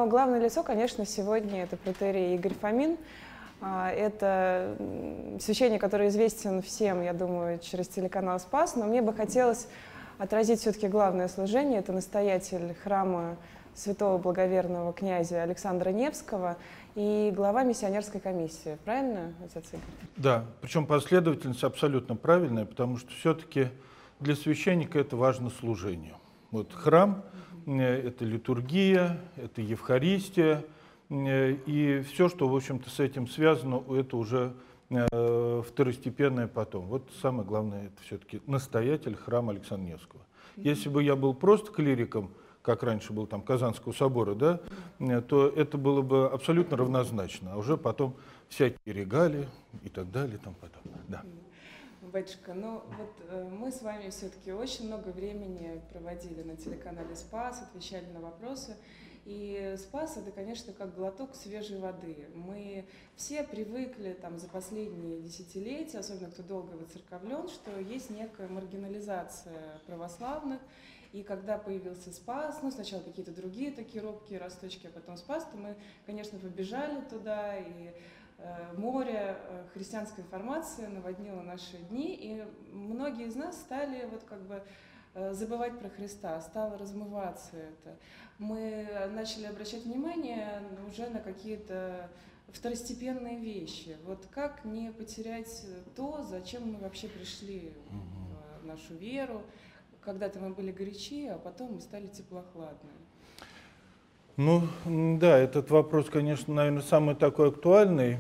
главное лицо, конечно, сегодня это протоиерей Игорь Фомин. Это священник, который известен всем, я думаю, через телеканал «Спас», но мне бы хотелось отразить все-таки главное служение. Это настоятель храма святого благоверного князя Александра Невского и глава миссионерской комиссии. Правильно, отец Игорь? Да, причем последовательность абсолютно правильная, потому что все-таки для священника это важно служение. Вот храм – это литургия, это Евхаристия, и все, что, в общем-то, с этим связано, это уже второстепенное потом. Вот самое главное – это все-таки настоятель храма Александра Невского. Если бы я был просто клириком, как раньше был там Казанского собора, да, то это было бы абсолютно равнозначно, а уже потом всякие регалии и так далее, там потом, да. Батюшка, ну вот мы с вами все-таки очень много времени проводили на телеканале «Спас», отвечали на вопросы. И «Спас» — это, конечно, как глоток свежей воды. Мы все привыкли там за последние десятилетия, особенно кто долго воцерковлен, что есть некая маргинализация православных. И когда появился «Спас», ну сначала какие-то другие такие робкие росточки, а потом «Спас», то мы, конечно, побежали туда, и море христианской информации наводнило наши дни, и многие из нас стали вот как бы забывать про Христа, стало размываться это. Мы начали обращать внимание уже на какие-то второстепенные вещи. Вот как не потерять то, зачем мы вообще пришли в нашу веру. Когда-то мы были горячи, а потом мы стали теплохладные. Ну, да, этот вопрос, конечно, наверное, самый такой актуальный.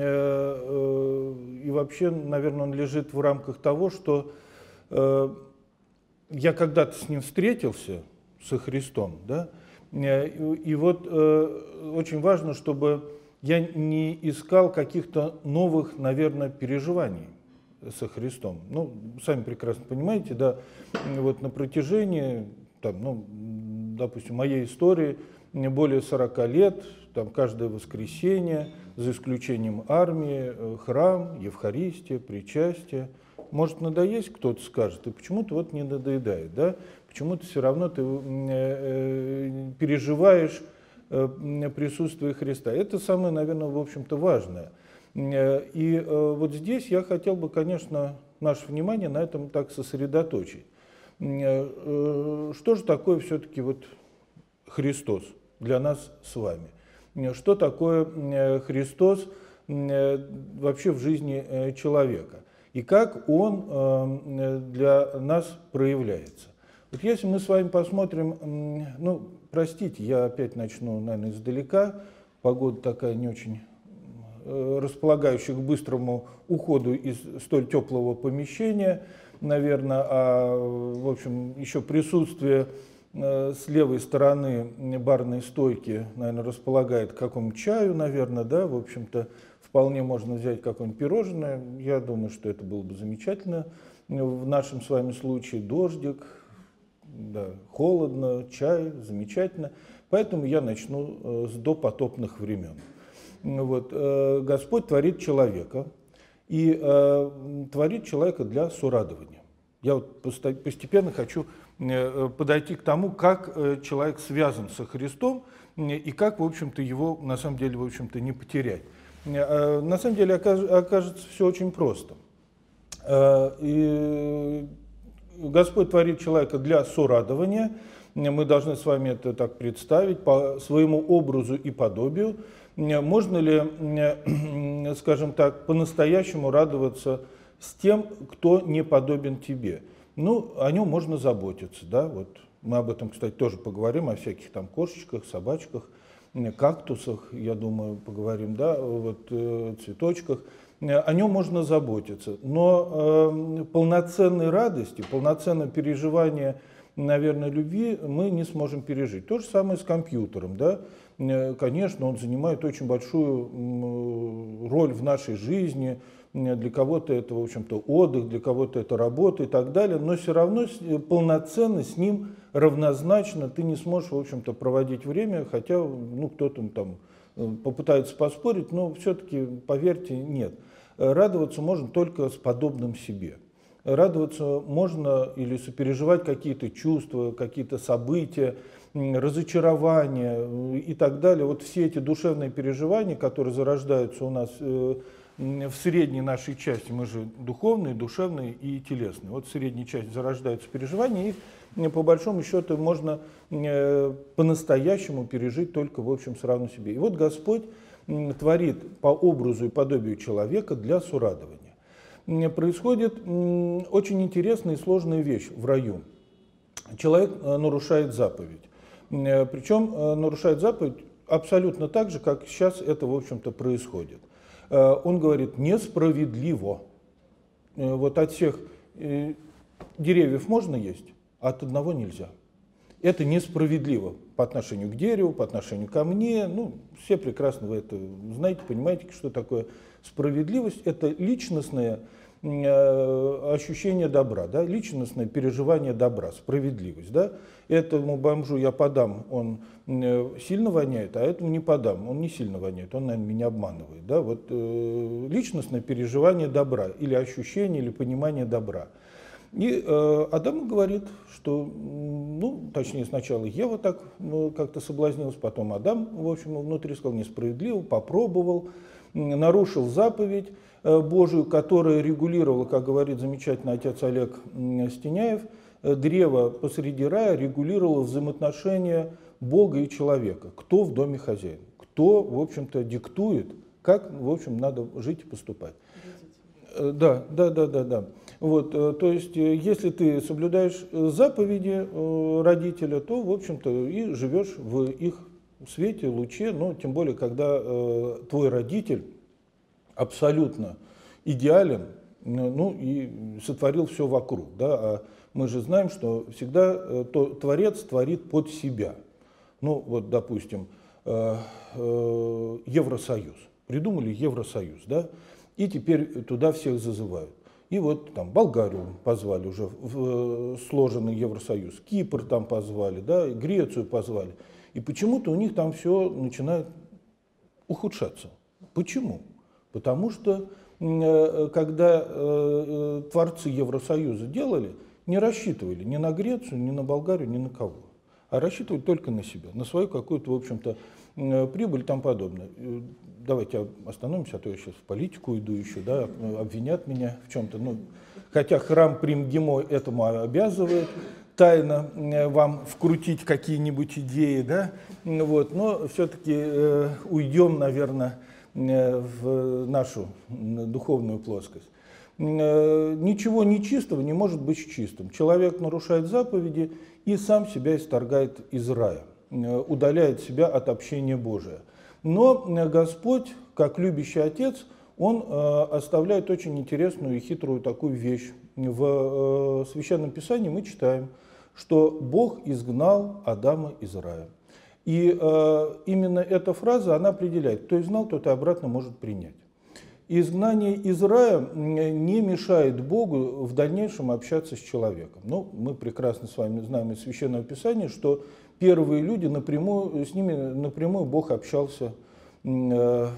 И вообще, наверное, он лежит в рамках того, что я когда-то с ним встретился, со Христом, да, и вот очень важно, чтобы я не искал каких-то новых, наверное, переживаний со Христом. Ну, сами прекрасно понимаете, да, вот на протяжении, там, ну, допустим, моей истории, мне более 40 лет, там каждое воскресенье, за исключением армии, храм, Евхаристия, причастие. Может надоесть, кто-то скажет, и почему-то вот не надоедает, да? Почему-то все равно ты переживаешь присутствие Христа. Это самое, наверное, в общем-то важное. И вот здесь я хотел бы, конечно, наше внимание на этом так сосредоточить. Что же такое все-таки вот Христос для нас с вами? Что такое Христос вообще в жизни человека? И как он для нас проявляется? Вот если мы с вами посмотрим, ну, простите, я опять начну, наверное, издалека, погода такая не очень располагающая к быстрому уходу из столь теплого помещения, наверное, а, в общем, еще присутствие с левой стороны барной стойки, наверное, располагает к какому-нибудь чаю, наверное, да, в общем-то, вполне можно взять какое-нибудь пирожное. Я думаю, что это было бы замечательно. В нашем с вами случае дождик, да, холодно, чай, замечательно. Поэтому я начну с допотопных времен. Вот. Господь творит человека, и творит человека для сорадования. Я вот постепенно хочу подойти к тому, как человек связан со Христом и как, в общем-то, его на самом деле, в общем-то, не потерять. На самом деле окажется все очень просто. И Господь творит человека для сорадования. Мы должны с вами это так представить, по своему образу и подобию. Можно ли, скажем так, по-настоящему радоваться с тем, кто не подобен тебе? Ну, о нем можно заботиться, да, вот мы об этом, кстати, тоже поговорим, о всяких там кошечках, собачках, кактусах, я думаю, поговорим, да, вот цветочках. О нем можно заботиться, но полноценной радости, полноценного переживания, наверное, любви мы не сможем пережить. То же самое с компьютером, да. Конечно, он занимает очень большую роль в нашей жизни. Для кого-то это, в общем-то, отдых, для кого-то это работа и так далее, но все равно полноценно с ним равнозначно ты не сможешь, в общем-то, проводить время, хотя, ну, кто-то там попытается поспорить, но все-таки, поверьте, нет. Радоваться можно только с подобным себе. Радоваться можно или сопереживать какие-то чувства, какие-то события, разочарования и так далее. Вот все эти душевные переживания, которые зарождаются у нас в средней нашей части, мы же духовные, душевные и телесные. Вот в средней части зарождаются переживания, и по большому счету можно по-настоящему пережить только, в общем, сравну себе. И вот Господь творит по образу и подобию человека для сурадования. Происходит очень интересная и сложная вещь в раю. Человек нарушает заповедь. Причем нарушает заповедь абсолютно так же, как сейчас это, в общем-то, происходит. Он говорит: несправедливо. Вот от всех деревьев можно есть, а от одного нельзя. Это несправедливо по отношению к дереву, по отношению ко мне. Ну, все прекрасно вы это знаете, понимаете, что такое справедливость. Это личностное ощущение добра, да? Личностное переживание добра, справедливость. Да? Этому бомжу я подам, он сильно воняет, а этому не подам, он не сильно воняет, он, наверное, меня обманывает. Да? Вот, личностное переживание добра, или ощущение, или понимание добра. И Адам говорит, что, ну, точнее, сначала Ева так как-то соблазнилась, потом Адам, в общем, внутри сказал: несправедливо, попробовал, нарушил заповедь Божию, которая регулировала, как говорит замечательный отец Олег Стеняев, древо посреди рая регулировало взаимоотношения Бога и человека. Кто в доме хозяин? Кто, в общем-то, диктует, как, в общем, надо жить и поступать? Да. Вот, то есть, если ты соблюдаешь заповеди родителя, то, в общем-то, и живешь в их свете, луче, но тем более, когда твой родитель абсолютно идеален, ну и сотворил все вокруг. Да? А мы же знаем, что всегда Творец творит под себя. Ну, вот, допустим, Евросоюз. Придумали Евросоюз, да? И теперь туда всех зазывают. И вот там Болгарию позвали уже в сложенный Евросоюз, Кипр там позвали, да, Грецию позвали. И почему-то у них там все начинает ухудшаться. Почему? Потому что когда творцы Евросоюза делали, не рассчитывали ни на Грецию, ни на Болгарию, ни на кого. А рассчитывали только на себя, на свою какую-то, в общем-то, прибыль и тому подобное. Давайте остановимся, а то я сейчас в политику иду еще, да, обвинят меня в чем-то. Ну, хотя храм Примгимо этому обязывает тайно вам вкрутить какие-нибудь идеи, да, вот, но все-таки уйдем, наверное, в нашу духовную плоскость. Ничего нечистого не может быть чистым. Человек нарушает заповеди и сам себя исторгает из рая, удаляет себя от общения Божия. Но Господь, как любящий Отец, Он оставляет очень интересную и хитрую такую вещь. В Священном Писании мы читаем, что Бог изгнал Адама из рая. И именно эта фраза, она определяет, кто изгнал, тот и обратно может принять. Изгнание из рая не мешает Богу в дальнейшем общаться с человеком. Ну, мы прекрасно с вами знаем из Священного Писания, что первые люди, с ними напрямую Бог общался в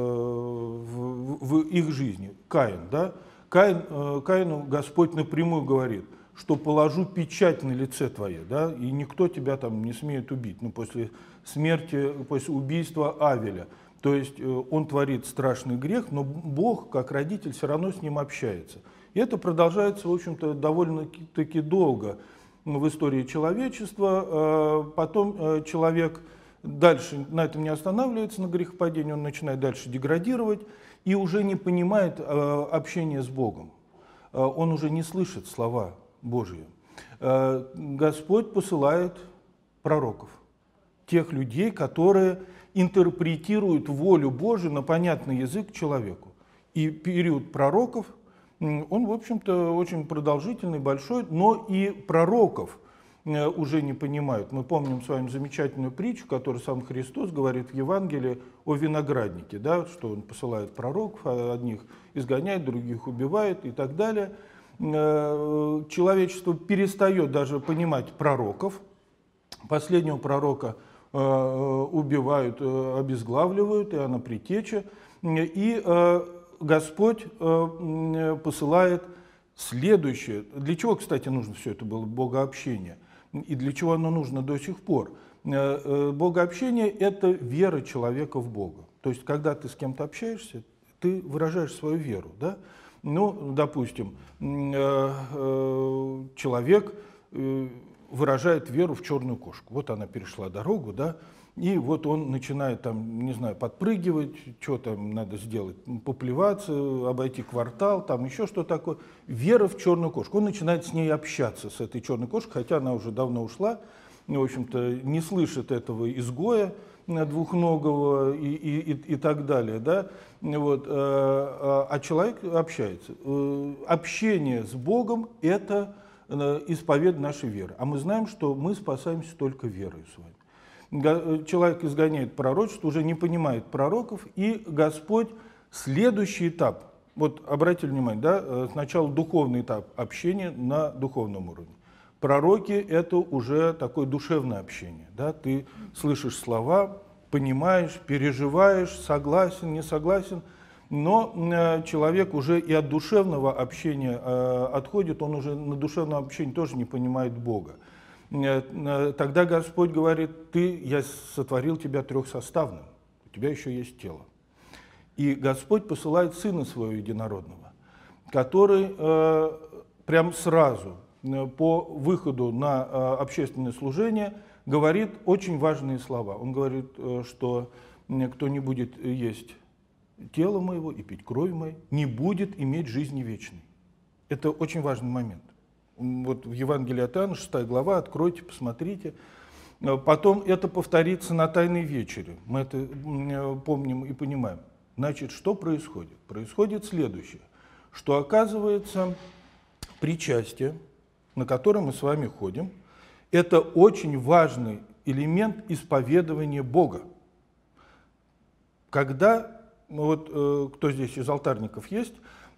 их жизни. Каин, да? Каину Господь напрямую говорит, что положу печать на лице твое, да, и никто тебя там не смеет убить, ну, после смерти, после убийства Авеля. То есть он творит страшный грех, но Бог, как родитель, все равно с ним общается. И это продолжается, в общем-то, довольно-таки долго в истории человечества. Потом человек дальше на этом не останавливается, на грехопадении, он начинает дальше деградировать и уже не понимает общения с Богом. Он уже не слышит слова Божьи. Господь посылает пророков, тех людей, которые интерпретируют волю Божию на понятный язык человеку. И период пророков, он, в общем-то, очень продолжительный, большой, но и пророков уже не понимают. Мы помним с вами замечательную притчу, которую сам Христос говорит в Евангелии о винограднике, да, что он посылает пророков, одних изгоняет, других убивает и так далее. Человечество перестает даже понимать пророков. Последнего пророка убивают, обезглавливают, Иоанна Предтеча, и Господь посылает следующее, для чего, кстати, нужно все это было богообщение, и для чего оно нужно до сих пор? Богообщение – это вера человека в Бога. То есть, когда ты с кем-то общаешься, ты выражаешь свою веру. Да? Ну, допустим, человек выражает веру в черную кошку. Вот она перешла дорогу, да, и вот он начинает там, не знаю, подпрыгивать, что там надо сделать, поплеваться, обойти квартал, там еще что такое. Вера в черную кошку. Он начинает с ней общаться, с этой черной кошкой, хотя она уже давно ушла, в общем-то, не слышит этого изгоя двухногого и так далее, да, вот, а человек общается. Общение с Богом – это исповедь нашей веры, а мы знаем, что мы спасаемся только верой с вами. Человек изгоняет пророчество, уже не понимает пророков, и Господь следующий этап, вот обратите внимание, да, сначала духовный этап общения на духовном уровне. Пророки – это уже такое душевное общение. Да? Ты слышишь слова, понимаешь, переживаешь, согласен, не согласен, но человек уже и от душевного общения отходит, он уже на душевном общении тоже не понимает Бога. Тогда Господь говорит: я сотворил тебя трехсоставным, у тебя еще есть тело. И Господь посылает Сына Своего Единородного, который прям сразу по выходу на общественное служение говорит очень важные слова. Он говорит, что кто не будет есть тело моего и пить кровь мою, не будет иметь жизни вечной. Это очень важный момент. Вот в Евангелии от Иоанна, 6 глава, откройте, посмотрите. Потом это повторится на Тайной вечере. Мы это помним и понимаем. Значит, что происходит? Происходит следующее, что оказывается причастие, на которое мы с вами ходим, это очень важный элемент исповедования Бога. Когда, вот кто здесь из алтарников есть,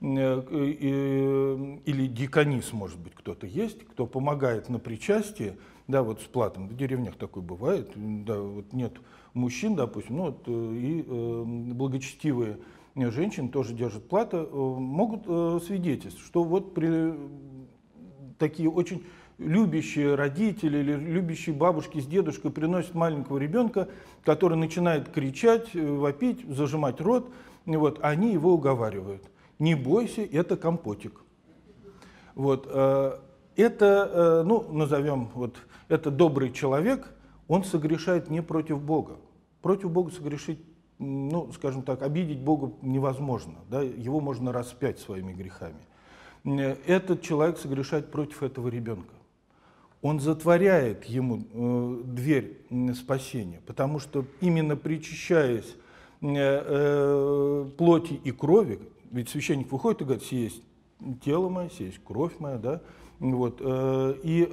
или дьяконис, может быть, кто-то есть, кто помогает на причастии, да, вот с платом, в деревнях такое бывает, да, вот нет мужчин, допустим, ну, вот, и благочестивые женщины тоже держат плату, могут свидетельствовать, что вот при такие очень любящие родители или любящие бабушки с дедушкой приносят маленького ребенка, который начинает кричать, вопить, зажимать рот, вот, они его уговаривают. Не бойся, это компотик. Вот, это, ну, назовем, вот, это добрый человек, он согрешает не против Бога. Против Бога согрешить, ну, скажем так, обидеть Бога невозможно, да, его можно распять своими грехами. Этот человек согрешает против этого ребенка. Он затворяет ему дверь спасения, потому что именно причащаясь плоти и крови, ведь священник выходит и говорит: сесть тело мое, сесть кровь моя, да, вот, и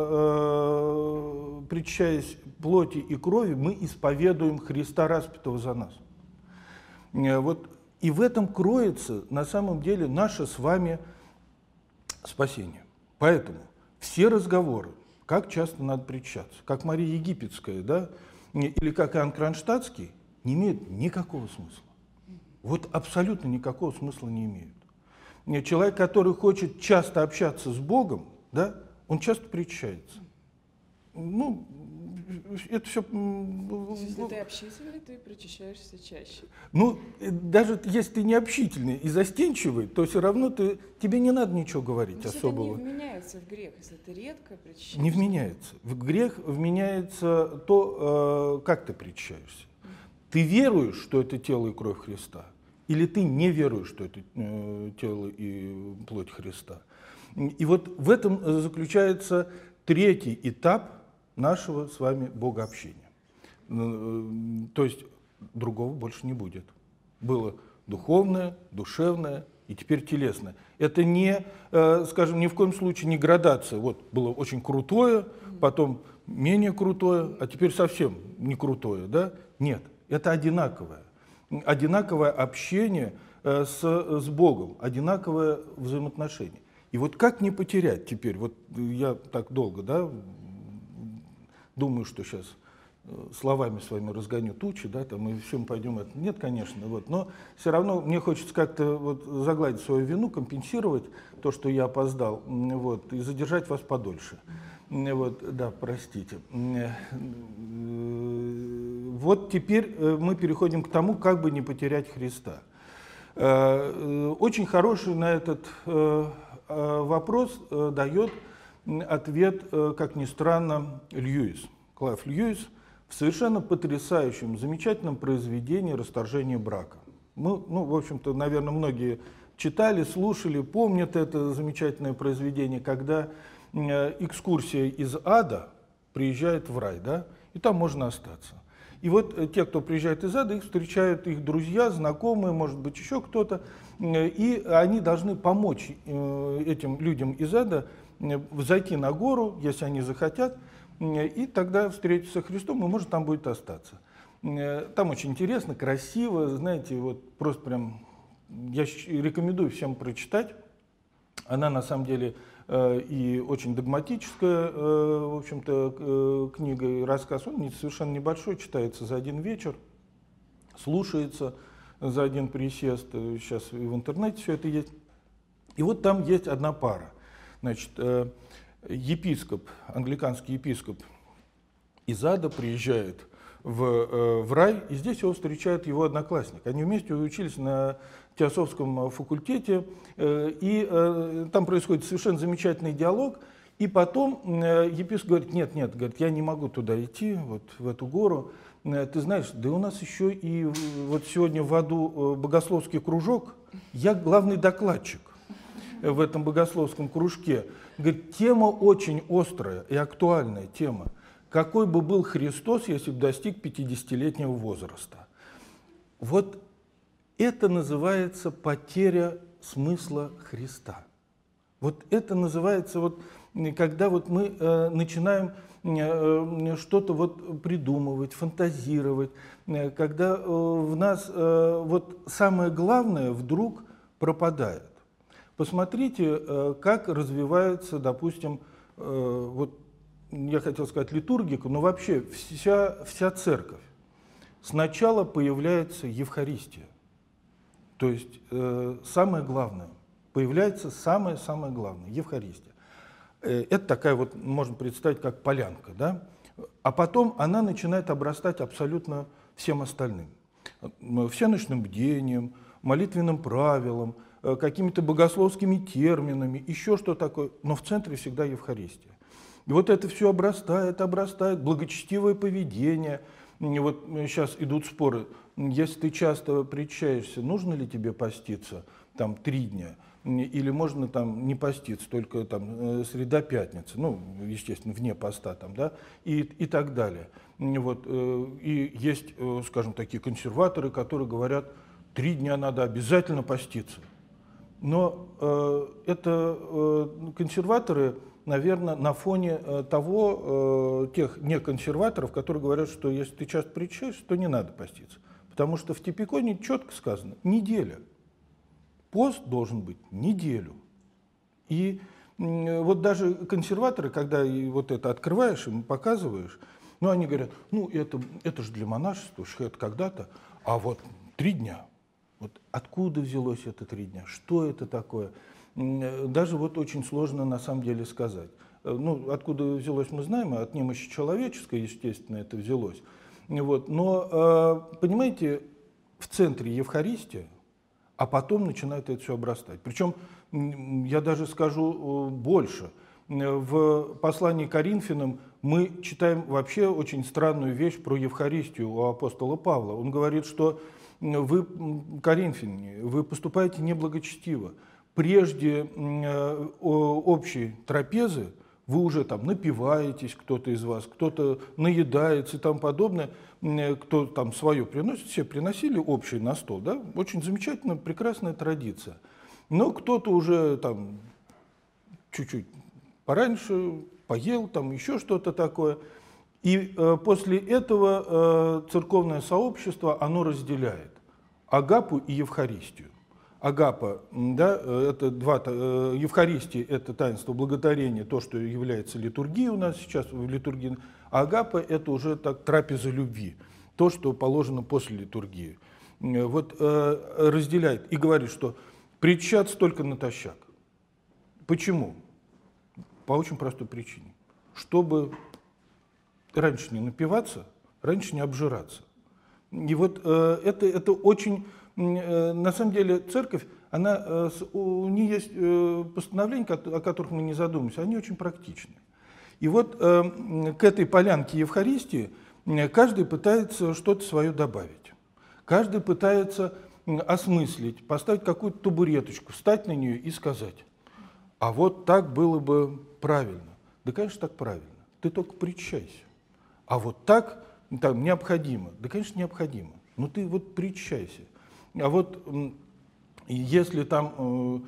причащаясь плоти и крови, мы исповедуем Христа распятого за нас. Вот, и в этом кроется на самом деле наше с вами спасение. Поэтому все разговоры, как часто надо причащаться, как Мария Египетская, да, или как Иоанн Кронштадтский, не имеют никакого смысла. Вот абсолютно никакого смысла не имеют. Человек, который хочет часто общаться с Богом, да, он часто причащается. Ну, это все... Если ты общительный, ты причащаешься чаще. Ну, даже если ты не общительный и застенчивый, то все равно тебе не надо ничего говорить особого. Это не вменяется в грех, если ты редко причащаешься. Не вменяется. В грех вменяется то, как ты причащаешься. Ты веруешь, что это тело и кровь Христа, или ты не веруешь, что это тело и плоть Христа. И вот в этом заключается третий этап нашего с вами богообщения. То есть другого больше не будет. Было духовное, душевное и теперь телесное. Это не, скажем, ни в коем случае не градация. Вот было очень крутое, потом менее крутое, а теперь совсем не крутое. Да? Нет, это одинаковое. Одинаковое общение с Богом, одинаковое взаимоотношение. И вот как не потерять теперь, вот я так долго, да, думаю, что сейчас словами своими разгоню тучи, да, там, и все мы пойдем. Нет, конечно, вот, но все равно мне хочется как-то вот загладить свою вину, компенсировать то, что я опоздал, вот, и задержать вас подольше. Вот, да, простите. Вот теперь мы переходим к тому, как бы не потерять Христа. Очень хороший на этот вопрос дает ответ, как ни странно, Льюис. Клайв Льюис в совершенно потрясающем, замечательном произведении «Расторжение брака». Мы, ну, в общем-то, наверное, многие читали, слушали, помнят это замечательное произведение, когда экскурсия из ада приезжает в рай, да, и там можно остаться. И вот те, кто приезжает из ада, их встречают их друзья, знакомые, может быть, еще кто-то, и они должны помочь этим людям из ада взойти на гору, если они захотят, и тогда встретиться со Христом, и, может, там будет остаться. Там очень интересно, красиво, знаете, вот просто прям я рекомендую всем прочитать. Она, на самом деле, и очень догматическая, в общем-то, книга и рассказ. Он совершенно небольшой, читается за один вечер, слушается за один присест. Сейчас и в интернете все это есть. И вот там есть одна пара. Значит, епископ, англиканский епископ из ада приезжает в рай, и здесь его встречает его одноклассник. Они вместе учились на Теософском факультете, и там происходит совершенно замечательный диалог, и потом епископ говорит: нет, говорит, я не могу туда идти, вот в эту гору, ты знаешь, да у нас еще и вот сегодня в аду богословский кружок, я главный докладчик в этом богословском кружке. Говорит, тема очень острая и актуальная тема. Какой бы был Христос, если бы достиг 50-летнего возраста? Вот это называется потеря смысла Христа. Вот это называется, вот, когда вот мы начинаем что-то вот придумывать, фантазировать, когда в нас вот самое главное вдруг пропадает. Посмотрите, как развивается, допустим, вот я хотел сказать литургика, но вообще вся церковь. Сначала появляется Евхаристия, то есть самое главное, появляется самое главное, Евхаристия. Это такая вот, можно представить, как полянка, да? А потом она начинает обрастать абсолютно всем остальным. Всеночным бдением, молитвенным правилом, какими-то богословскими терминами, еще что такое, но в центре всегда Евхаристия. И вот это все обрастает, благочестивое поведение. И вот сейчас идут споры, если ты часто причащаешься, нужно ли тебе поститься там 3 дня, или можно там не поститься, только там среда, пятница, ну, естественно, вне поста там, да, и так далее. Вот, и есть, скажем, такие консерваторы, которые говорят, 3 дня надо обязательно поститься. Но это консерваторы, наверное, на фоне тех неконсерваторов, которые говорят, что если ты часто причащаешься, то не надо поститься. Потому что в Типиконе четко сказано – неделя. Пост должен быть неделю. И вот даже консерваторы, когда вот это открываешь, им показываешь, ну, они говорят, ну, это же для монашества, это когда-то, а вот 3 дня. Вот откуда взялось это 3 дня? Что это такое? Даже вот очень сложно на самом деле сказать. Ну, откуда взялось, мы знаем, от немощи человеческой, естественно, это взялось. Вот. Но, понимаете, в центре Евхаристия, а потом начинает это все обрастать. Причем, я даже скажу больше. В послании к Коринфянам мы читаем вообще очень странную вещь про Евхаристию у апостола Павла. Он говорит, что вы, коринфяне, вы поступаете неблагочестиво. Прежде общей трапезы вы уже там напиваетесь, кто-то из вас, кто-то наедается и тому подобное, кто там свое приносит, все приносили общее на стол, да? Очень замечательная, прекрасная традиция. Но кто-то уже там чуть-чуть пораньше поел, там еще что-то такое. И после этого церковное сообщество, оно разделяет агапу и Евхаристию. Агапа, да, это Евхаристия – это таинство благодарения, то, что является литургией у нас сейчас в литургии, а агапа – это уже так трапеза любви, то, что положено после литургии. Вот разделяет и говорит, что причащаться только натощак. Почему? По очень простой причине. Чтобы раньше не напиваться, раньше не обжираться. И вот это очень... На самом деле церковь, у нее есть постановления, о которых мы не задумываемся, они очень практичны. И вот к этой полянке Евхаристии каждый пытается что-то свое добавить. Каждый пытается осмыслить, поставить какую-то табуреточку, встать на нее и сказать, а вот так было бы правильно. Да, конечно, так правильно. Ты только причащайся. А вот так там, необходимо. Да, конечно, необходимо. Но ты вот причащайся. А вот если там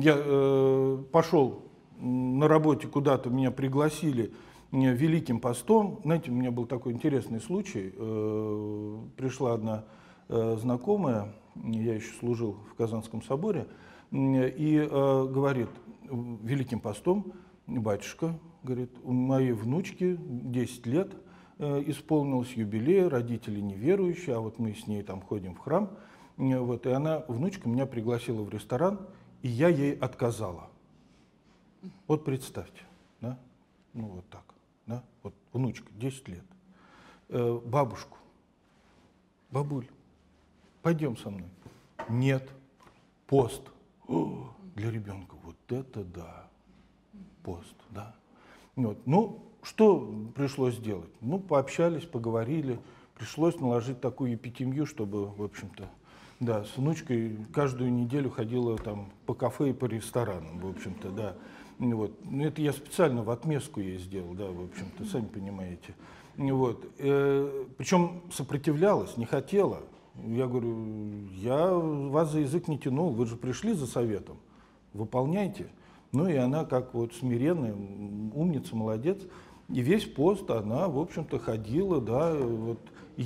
я пошел на работе куда-то, меня пригласили Великим постом, знаете, у меня был такой интересный случай, пришла одна знакомая, я еще служил в Казанском соборе, и говорит, Великим постом, батюшка, говорит, у моей внучки 10 лет исполнилось юбилей, родители неверующие, а вот мы с ней там ходим в храм. Вот, и внучка, меня пригласила в ресторан, и я ей отказала. Вот представьте, да? Ну вот так, да? Вот внучка, 10 лет. Бабушку, бабуль, пойдем со мной. Нет, пост. О, для ребенка вот это да, пост, да. Вот. Ну, что пришлось сделать? Ну, пообщались, поговорили, пришлось наложить такую епитемью, чтобы, в общем-то, да, с внучкой каждую неделю ходила там по кафе и по ресторанам, в общем-то, да. Вот. Ну, это я специально в отместку ей сделал, да, в общем-то, сами понимаете. Вот. Причем сопротивлялась, не хотела. Я говорю, я вас за язык не тянул, вы же пришли за советом, выполняйте. Ну и она как вот смиренная, умница, молодец. И весь пост она, в общем-то, ходила, да, вот,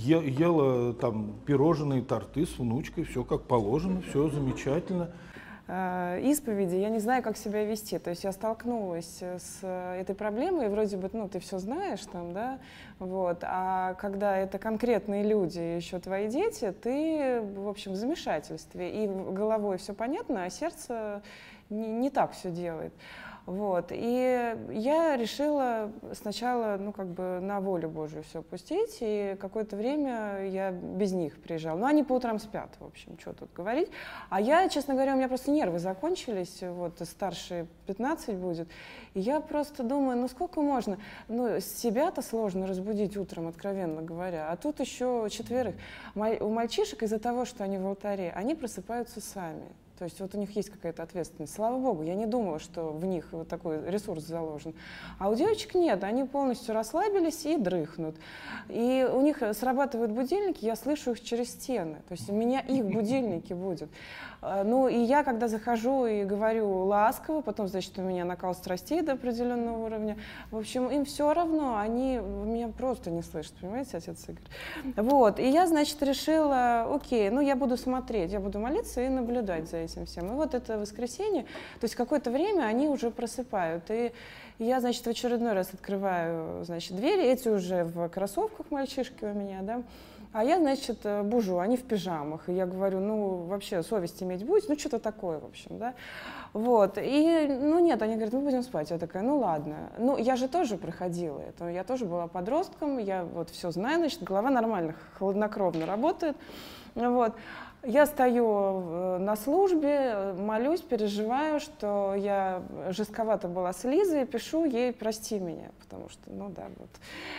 ела там пирожные, торты с внучкой, все как положено, все замечательно. Исповеди, я не знаю, как себя вести. То есть я столкнулась с этой проблемой, и вроде бы, ну, ты все знаешь там, да, вот, а когда это конкретные люди, еще твои дети, ты, в общем, в замешательстве, и головой все понятно, а сердце не так все делает. Вот. И я решила сначала, ну, как бы на волю Божию все пустить, и какое-то время я без них приезжала. Ну, они по утрам спят, в общем, что тут говорить. А я, честно говоря, у меня просто нервы закончились, вот, старший 15 будет, и я просто думаю, ну, сколько можно? Ну, себя-то сложно разбудить утром, откровенно говоря, а тут еще 4. У мальчишек из-за того, что они в алтаре, они просыпаются сами. То есть вот у них есть какая-то ответственность. Слава Богу, я не думала, что в них вот такой ресурс заложен. А у девочек нет, они полностью расслабились и дрыхнут. И у них срабатывают будильники, я слышу их через стены. То есть у меня их будильники будут. Ну и я, когда захожу и говорю ласково, потом, значит, у меня накал страстей до определенного уровня. В общем, им все равно, они меня просто не слышат, понимаете, отец Игорь? Вот, и я, значит, решила, окей, ну я буду смотреть, я буду молиться и наблюдать за этим всем. И вот это воскресенье, то есть какое-то время они уже просыпают. И я, значит, в очередной раз открываю, значит, двери, эти уже в кроссовках мальчишки у меня, да. А я, значит, бужу, они в пижамах. И я говорю, ну, вообще, совесть иметь будете? Ну, что-то такое, в общем, да. Вот. И, ну, нет, они говорят, мы будем спать. Я такая, ну, ладно. Ну, я же тоже проходила это. Я тоже была подростком, я вот все знаю, значит, голова нормально, хладнокровно работает. Вот. Я стою на службе, молюсь, переживаю, что я жестковата была с Лизой, пишу ей «прости меня», потому что, ну да, вот.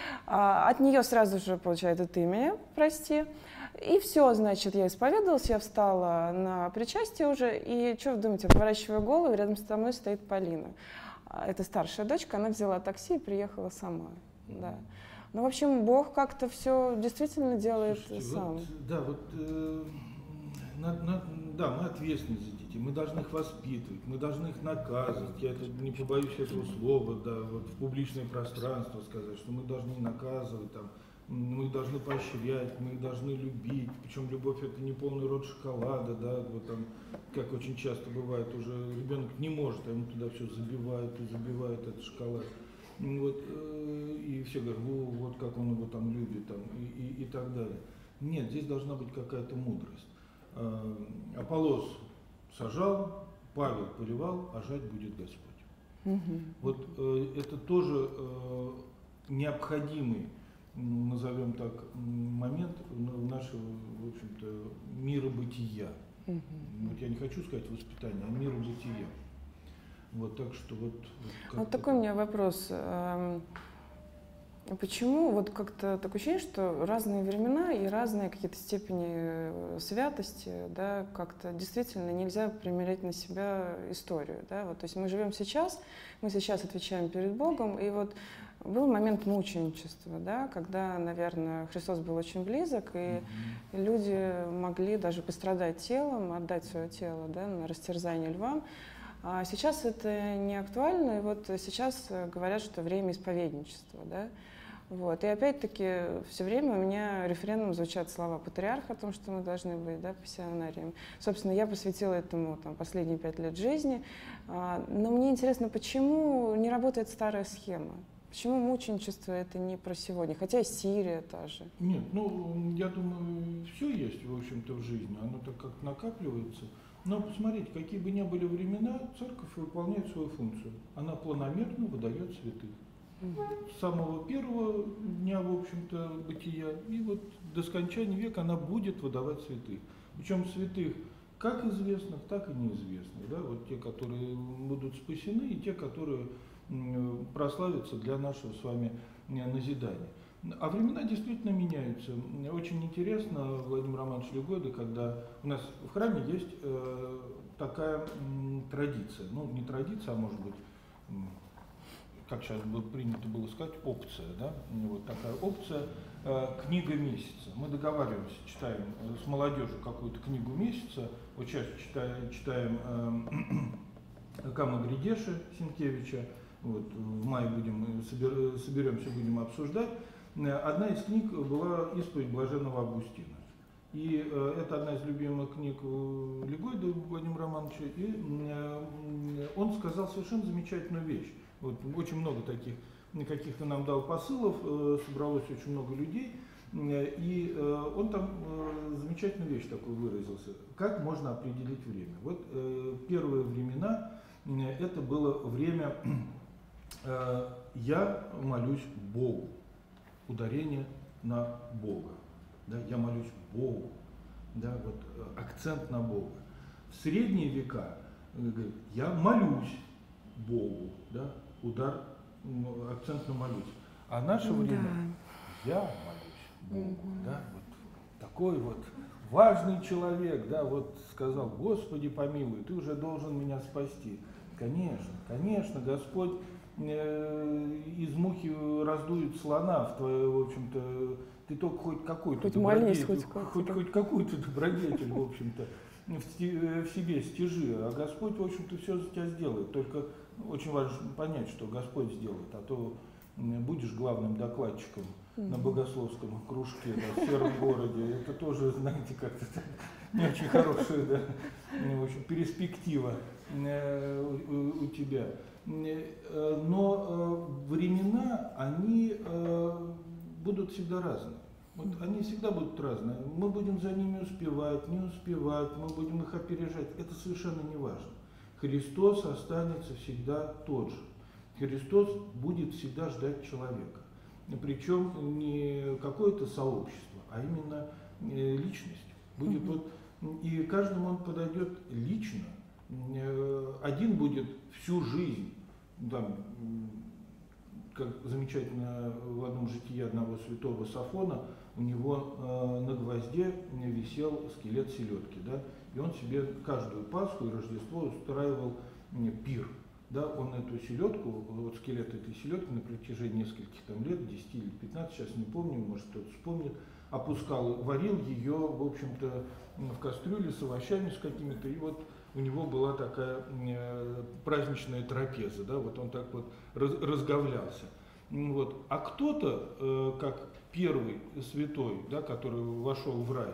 От нее сразу же получает «и ты меня прости». И все, значит, я исповедовалась, я встала на причастие уже, и что вы думаете, поворачиваю голову, рядом со мной стоит Полина. Это старшая дочка, она взяла такси и приехала сама, да. Ну, в общем, Бог как-то все действительно делает. Слушайте, сам. Вот, да, вот... Да, мы ответственны за детей, мы должны их воспитывать, мы должны их наказывать. Я не побоюсь этого слова, да, вот в публичное пространство сказать, что мы должны наказывать, там, мы их должны поощрять, мы их должны любить, причем любовь это не полный рот шоколада, да, вот там, как очень часто бывает, уже ребенок не может, а ему туда все забивают и забивают этот шоколад. Вот, и все говорят, вот как он его там любит, там, и так далее. Нет, здесь должна быть какая-то мудрость. Аполлос сажал, Павел поливал, а жать будет Господь. Вот это тоже необходимый, назовем так, момент нашего, в общем-то, мира бытия. Вот я не хочу сказать воспитания, а мира бытия. Вот, так что вот такой у меня вопрос. Почему вот как-то такое ощущение, что разные времена и разные какие-то степени святости, да, как-то действительно нельзя примерять на себя историю, да, вот, то есть мы живем сейчас, мы сейчас отвечаем перед Богом, и вот был момент мученичества, да, когда, наверное, Христос был очень близок, и люди могли даже пострадать телом, отдать свое тело, да, на растерзание львам. А сейчас это не актуально, и вот сейчас говорят, что время исповедничества, да. Вот. И опять-таки все время у меня рефреном звучат слова патриарха о том, что мы должны быть, да, пассионариями. Собственно, я посвятила этому там, последние 5 лет жизни. Но мне интересно, почему не работает старая схема? Почему мученичество это не про сегодня? Хотя и Сирия та же. Нет, ну, я думаю, все есть, в общем-то, в жизни. Оно так как накапливается. Но посмотрите, какие бы ни были времена, церковь выполняет свою функцию. Она планомерно выдает святых. С самого первого дня, в общем-то, бытия, и вот до скончания века она будет выдавать святых. Причем святых как известных, так и неизвестных. Да? Вот те, которые будут спасены, и те, которые прославятся для нашего с вами назидания. А времена действительно меняются. Очень интересно, Владимир Романович Легойда, когда у нас в храме есть такая традиция, ну не традиция, а может быть, как сейчас принято было сказать, опция, да? Вот такая опция книга месяца. Мы договариваемся, читаем с молодежью какую-то книгу месяца, вот сейчас читаем Камы Гридеши Сенкевича, вот, в мае соберемся, будем обсуждать. Одна из книг была «Исповедь блаженного Августина». И это одна из любимых книг Легойды Владимира Романовича, и он сказал совершенно замечательную вещь. Вот, очень много таких, каких-то нам дал посылов, собралось очень много людей, и он там замечательную вещь такую выразился. Как можно определить время? Вот первые времена, это было время «я молюсь Богу», ударение на Бога, да, «я молюсь Богу», да, вот, акцент на Бога. В средние века говорит, «я молюсь Богу», да, удар, акцент на молюсь. А наше время «я молюсь Богу», да, вот такой вот важный человек, да, вот сказал, Господи помилуй, ты уже должен меня спасти. Конечно, конечно, Господь из мухи раздует слона в твое, в общем-то, ты только хоть какой-то добродетель, хоть какую-то добродетель, в общем-то, в себе стяжи, а Господь, в общем-то, все за тебя сделает. Только очень важно понять, что Господь сделает, а то будешь главным докладчиком на богословском кружке, да, в сером городе, это тоже, знаете, как-то не очень хорошая, да, в общем, перспектива у тебя. Но времена, они будут всегда разные. Вот они всегда будут разные. Мы будем за ними успевать, не успевать, мы будем их опережать. Это совершенно не важно. Христос останется всегда тот же. Христос будет всегда ждать человека. Причем не какое-то сообщество, а именно личность. Будет вот, и каждому он подойдет лично. Один будет всю жизнь, там, как замечательно в одном житии одного святого Сафона, у него на гвозде висел скелет селедки, да, и он себе каждую Пасху и Рождество устраивал пир. Да, он эту селедку, вот скелет этой селедки на протяжении нескольких там лет, 10 или 15, сейчас не помню, может кто-то вспомнит, опускал, варил ее, в общем-то, в кастрюле с овощами, с какими-то, и вот у него была такая праздничная трапеза, да, вот он так вот разговлялся. Вот. А кто-то, как первый святой, да, который вошел в рай,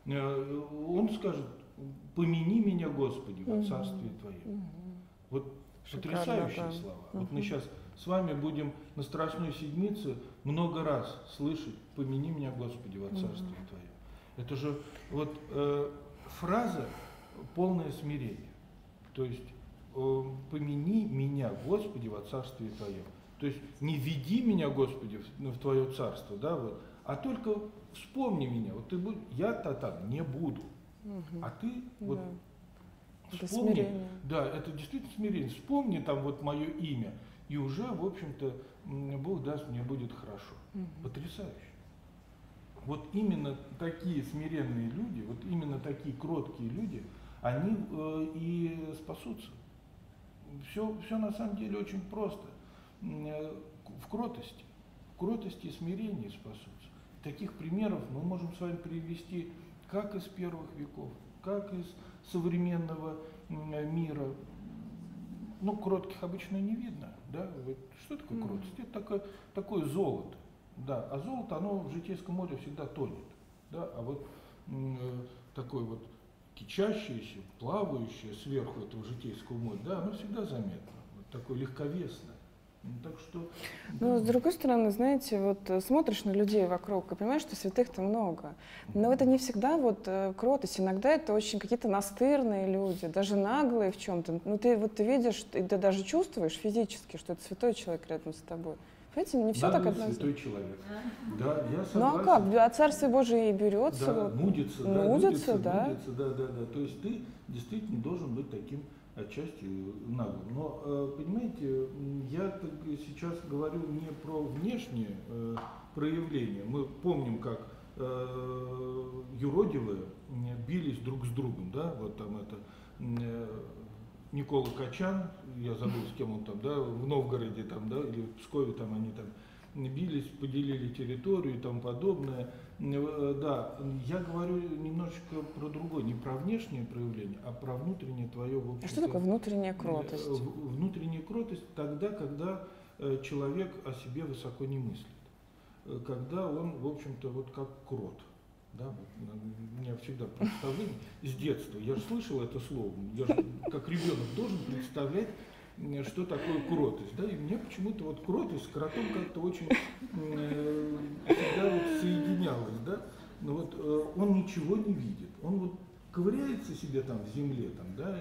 он скажет: помяни меня, Господи, во царстве Твоем. Вот Шикарно, потрясающие да. слова. Вот мы сейчас с вами будем на Страстной Седмице много раз слышать: помяни меня, Господи, во царстве Твоем. Это же вот фраза полное смирение. То есть помяни меня, Господи, во царстве Твоем. То есть не веди меня, Господи, в Твое царство, да, вот, а только вспомни меня. Вот ты будь, я-то там не буду, а ты вот вспомни. Это смирение. Да, это действительно смирение. Вспомни там вот мое имя, и уже, в общем-то, Бог даст, мне будет хорошо. Потрясающе. Вот именно такие смиренные люди, вот именно такие кроткие люди, они и спасутся. Все на самом деле очень просто. В кротости и смирении спасутся. Таких примеров мы можем с вами привести как из первых веков, как из современного мира. Ну, кротких обычно не видно. Да? Вот что такое кротость? Это такое золото. Да, а золото, оно в житейском море всегда тонет. Да? А вот такое вот кичащееся, плавающее сверху этого житейского моря, да, оно всегда заметно. Вот такое легковесное. Так что, Ну, с другой стороны, знаете, вот смотришь на людей вокруг и понимаешь, что святых-то много. Но это не всегда вот кротость. Иногда это очень какие-то настырные люди, даже наглые в чем-то. Ну, ты видишь, и ты даже чувствуешь физически, что это святой человек рядом с тобой. Понимаете, не все так однозначно. святой человек. Да, я согласен. Ну а как? От Царствия Божия и берется. Да, вот, нудится, да. Да. То есть ты действительно должен быть таким отчасти наглым. Но, понимаете, я сейчас говорю не про внешние проявления. Мы помним, как юродивые бились друг с другом, да, вот там это Никола Качан, я забыл, с кем он там, да, в Новгороде там, да, или в Пскове там они там бились, поделили территорию и тому подобное. Да, я говорю немножечко про другое, не про внешнее проявление, а про внутреннее твое. А что такое внутренняя кротость? Внутренняя кротость тогда, когда человек о себе высоко не мыслит, когда он, в общем-то, вот как крот. Да, вот, у меня всегда представление с детства. Я же слышал это слово, я же как ребенок должен представлять, что такое кротость. Да? И мне почему-то вот кротость с кротом как-то очень всегда вот соединялась. Да? Но вот он ничего не видит. Он вот ковыряется себе там в земле, там, да,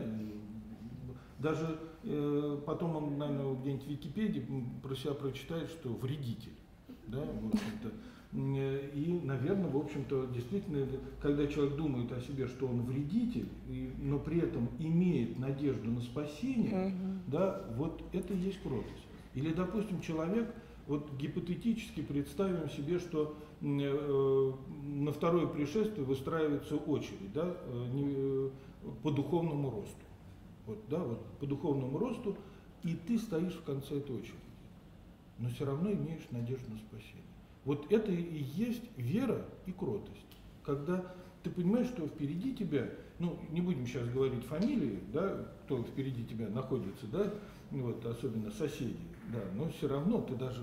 даже потом он, наверное, где-нибудь в Википедии про себя прочитает, что вредитель. Да, в общем-то. И, наверное, в общем-то, действительно, когда человек думает о себе, что он вредитель, но при этом имеет надежду на спасение, да, вот это и есть кротость. Или, допустим, человек, вот гипотетически представим себе, что на второе пришествие выстраивается очередь, да, по духовному росту. Вот, да, вот, по духовному росту, и ты стоишь в конце этой очереди, но все равно имеешь надежду на спасение. Вот это и есть вера и кротость. Когда ты понимаешь, что впереди тебя, ну, не будем сейчас говорить фамилии, да, кто впереди тебя находится, да, вот, особенно соседи, да, но все равно ты даже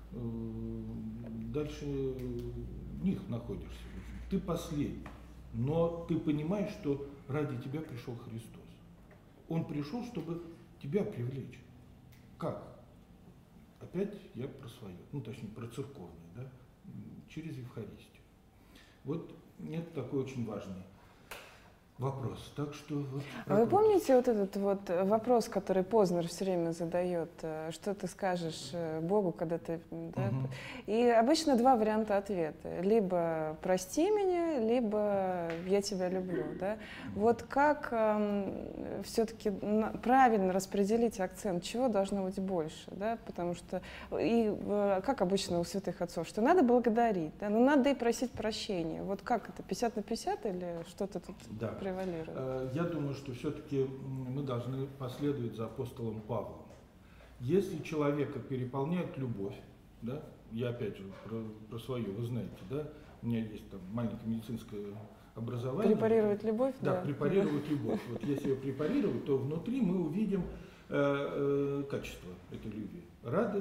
дальше них находишься. Ты последний, но ты понимаешь, что ради тебя пришел Христос. Он пришел, чтобы тебя привлечь. Как? Опять я про свое, ну точнее про церковное, да, через Евхаристию. Вот это такой очень важный вопрос. Так что вот, а вы помните вот этот вот вопрос, который Познер все время задает, что ты скажешь Богу, когда ты... Да? И обычно два варианта ответа. Либо прости меня, либо я тебя люблю. Да? Вот как все-таки правильно распределить акцент, чего должно быть больше? Да? Потому что, и как обычно у святых отцов, что надо благодарить, да? Но надо и просить прощения. Вот как это, 50 на 50 или что-то тут превалирует? Я думаю, что все-таки мы должны последовать за апостолом Павлом. Если человека переполняет любовь, да, я опять же про свое, вы знаете, да, у меня есть там маленькое медицинское образование. Препарировать любовь? Да, препарировать любовь. Вот если ее препарировать, то внутри мы увидим качество этой любви. Радость,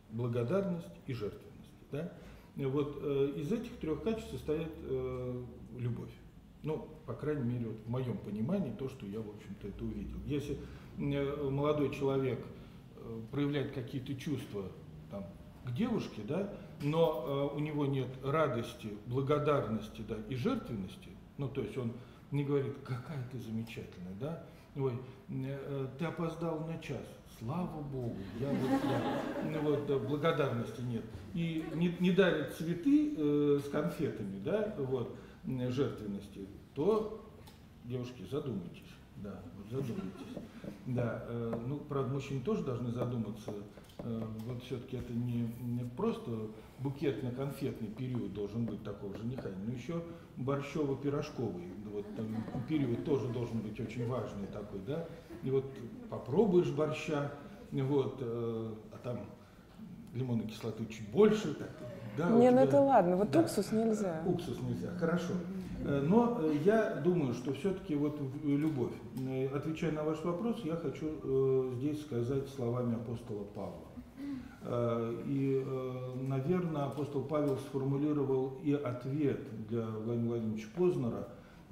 благодарность и жертвенность. Да? Вот из этих трех качеств состоит любовь. Ну, по крайней мере, вот в моем понимании, то, что я, в общем-то, это увидел. Если молодой человек проявляет какие-то чувства там, к девушке, да, но у него нет радости, благодарности, да, и жертвенности, ну, то есть он не говорит, какая ты замечательная, да, ой, ты опоздал на час, слава Богу, да, благодарности нет, и не дарит цветы с конфетами, да, вот, жертвенности, то, девушки, задумайтесь, да, вот задумайтесь, да, ну, правда, мужчины тоже должны задуматься, вот все-таки это не просто букетно-конфетный период должен быть такого жениха, но еще борщово-пирожковый, вот, там, период тоже должен быть очень важный такой, да, и вот попробуешь борща, вот, а там лимонной кислоты чуть больше, так, да, не, ну это ладно, вот да, уксус нельзя. Уксус нельзя, хорошо. Но я думаю, что все-таки вот любовь. Отвечая на ваш вопрос, я хочу здесь сказать словами апостола Павла. И, наверное, апостол Павел сформулировал и ответ для Владимира Владимировича Познера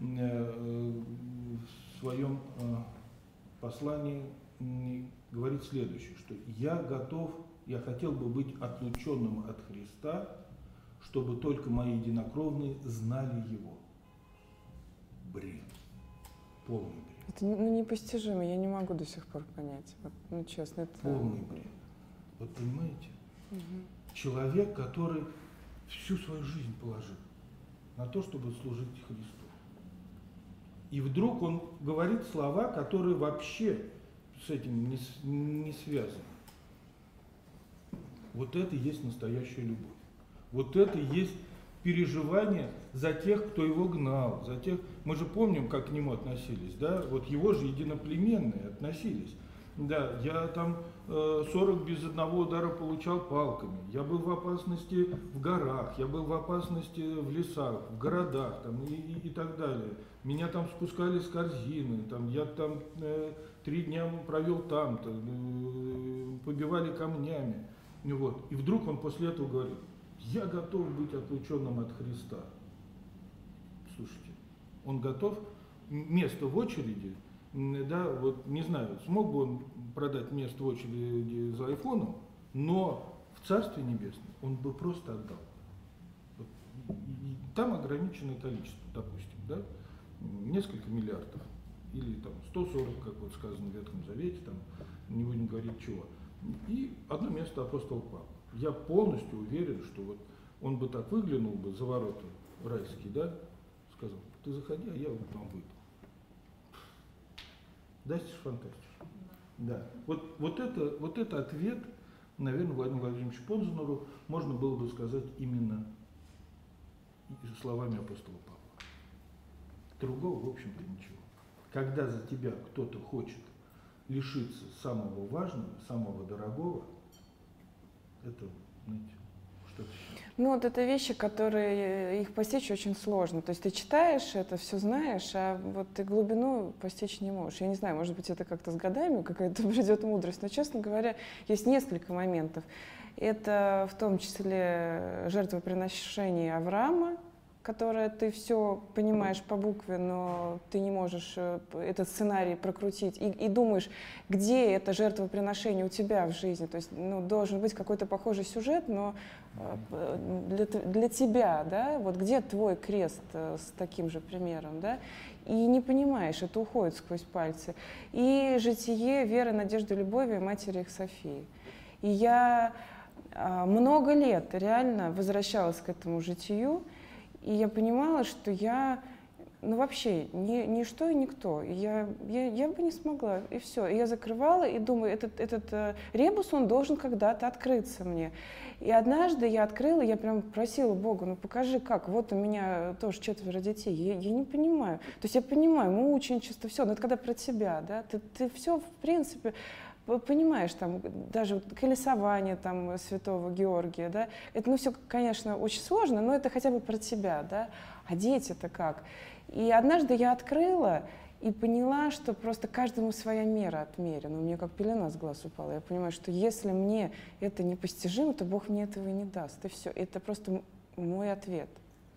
в своем послании говорит следующее, что я готов, я хотел бы быть отлученным от Христа, чтобы только мои единокровные знали Его. Бред. Полный бред. Это непостижимо, я не могу до сих пор понять. Вот, ну, честно, это... Полный бред. Вот понимаете? Угу. Человек, который всю свою жизнь положил на то, чтобы служить Христу. И вдруг он говорит слова, которые вообще с этим не связаны. Вот это и есть настоящая любовь. Вот это и есть переживание за тех, кто его гнал, за тех... Мы же помним, как к нему относились, да? Вот его же единоплеменные относились. Да, я там 40 без одного удара получал палками, я был в опасности в горах, я был в опасности в лесах, в городах там, и так далее. Меня там спускали с корзины, там, я там 3 дня провел там-то, побивали камнями. Вот. И вдруг он после этого говорит, я готов быть отлученным от Христа. Слушайте, он готов, место в очереди, да, вот не знаю, смог бы он продать место в очереди за айфоном, но в Царстве Небесном он бы просто отдал. Вот. Там ограниченное количество, допустим, да, несколько миллиардов, или там 140, как вот сказано в Ветхом Завете, там, не будем говорить чего. И одно место апостол Павел. Я полностью уверен, что вот он бы так выглянул бы за ворота райские, да, сказал, ты заходи, а я вот там выйду. Дайте фантастику. Да. Вот это ответ, наверное, Владимиру Владимировичу Познеру можно было бы сказать именно словами апостола Павла. Другого, в общем-то, ничего. Когда за тебя кто-то хочет лишиться самого важного, самого дорогого, это, знаете, что-то. Ну, вот это вещи, которые их постичь очень сложно. То есть ты читаешь это, все знаешь, а вот ты глубину постичь не можешь. Я не знаю, может быть, это как-то с годами какая-то придет мудрость, но, честно говоря, есть несколько моментов. Это в том числе жертвоприношение Авраама, которое ты все понимаешь по букве, но ты не можешь этот сценарий прокрутить и думаешь, где это жертвоприношение у тебя в жизни. То есть должен быть какой-то похожий сюжет, но для тебя, да, вот где твой крест с таким же примером, да, и не понимаешь, это уходит сквозь пальцы. И житие веры, надежды, любови матери их Софии. И я много лет реально возвращалась к этому житию, и я понимала, что я, вообще ничто и никто. И я бы не смогла, и все. И я закрывала и думаю, этот ребус, он должен когда-то открыться мне. И однажды я открыла, я прям просила Бога, покажи как, вот у меня тоже 4 детей, я не понимаю. То есть я понимаю, мученичество, все, но это когда про тебя, да, ты все, в принципе, понимаешь, там, даже колесование там, святого Георгия, да, это, все, конечно, очень сложно, но это хотя бы про тебя, да, а дети-то как? И однажды я открыла, И поняла, что просто каждому своя мера отмерена. У меня как пелена с глаз упала. Я понимаю, что если мне это непостижимо, то Бог мне этого и не даст. И все. Это просто мой ответ.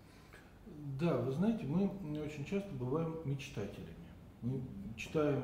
Да, вы знаете, мы очень часто бываем мечтателями. Мы читаем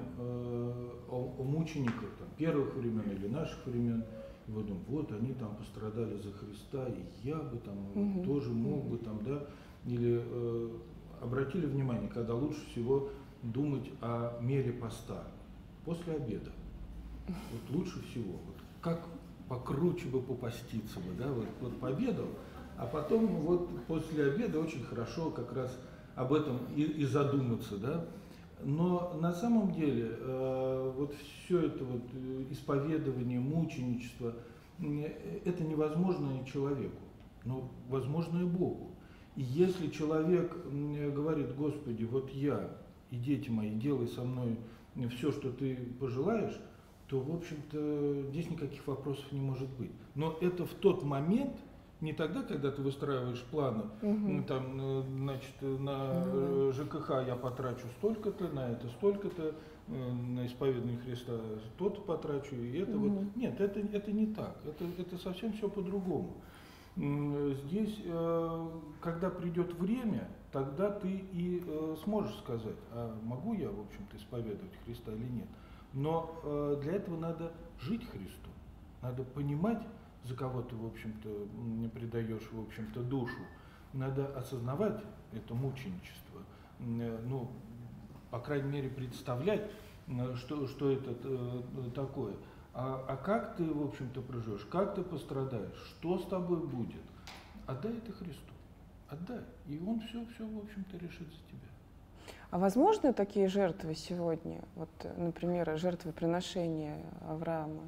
о мучениках там, первых времен или наших времен, и вот думаем, вот они там пострадали за Христа, и я бы там тоже мог бы там, да, или обратили внимание, когда лучше всего думать о мере поста после обеда. Вот лучше всего, вот как покруче бы попаститься бы, да, вот пообедал, а потом вот после обеда очень хорошо как раз об этом и задуматься, да. Но на самом деле вот все это вот исповедование, мученичество, это невозможно человеку, но возможно и Богу. И если человек говорит, Господи, вот я и дети мои, делай со мной все, что ты пожелаешь, то, в общем-то, здесь никаких вопросов не может быть. Но это в тот момент, не тогда, когда ты выстраиваешь планы, там, значит, на ЖКХ я потрачу столько-то, на это столько-то, на исповедание Христа то-то потрачу, и это вот. Нет, это не так, это совсем все по-другому. Здесь, когда придет время, тогда ты и сможешь сказать, а могу я, в общем-то, исповедовать Христа или нет. Но для этого надо жить Христу, надо понимать, за кого ты, в общем-то, не предаешь, в общем-то, душу. Надо осознавать это мученичество, ну, по крайней мере, представлять, что это такое. А как ты, в общем-то, проживешь, как ты пострадаешь, что с тобой будет, отдай это Христу, отдай, и Он все, в общем-то, решит за тебя. А возможны такие жертвы сегодня? Вот, например, жертвоприношения Авраама?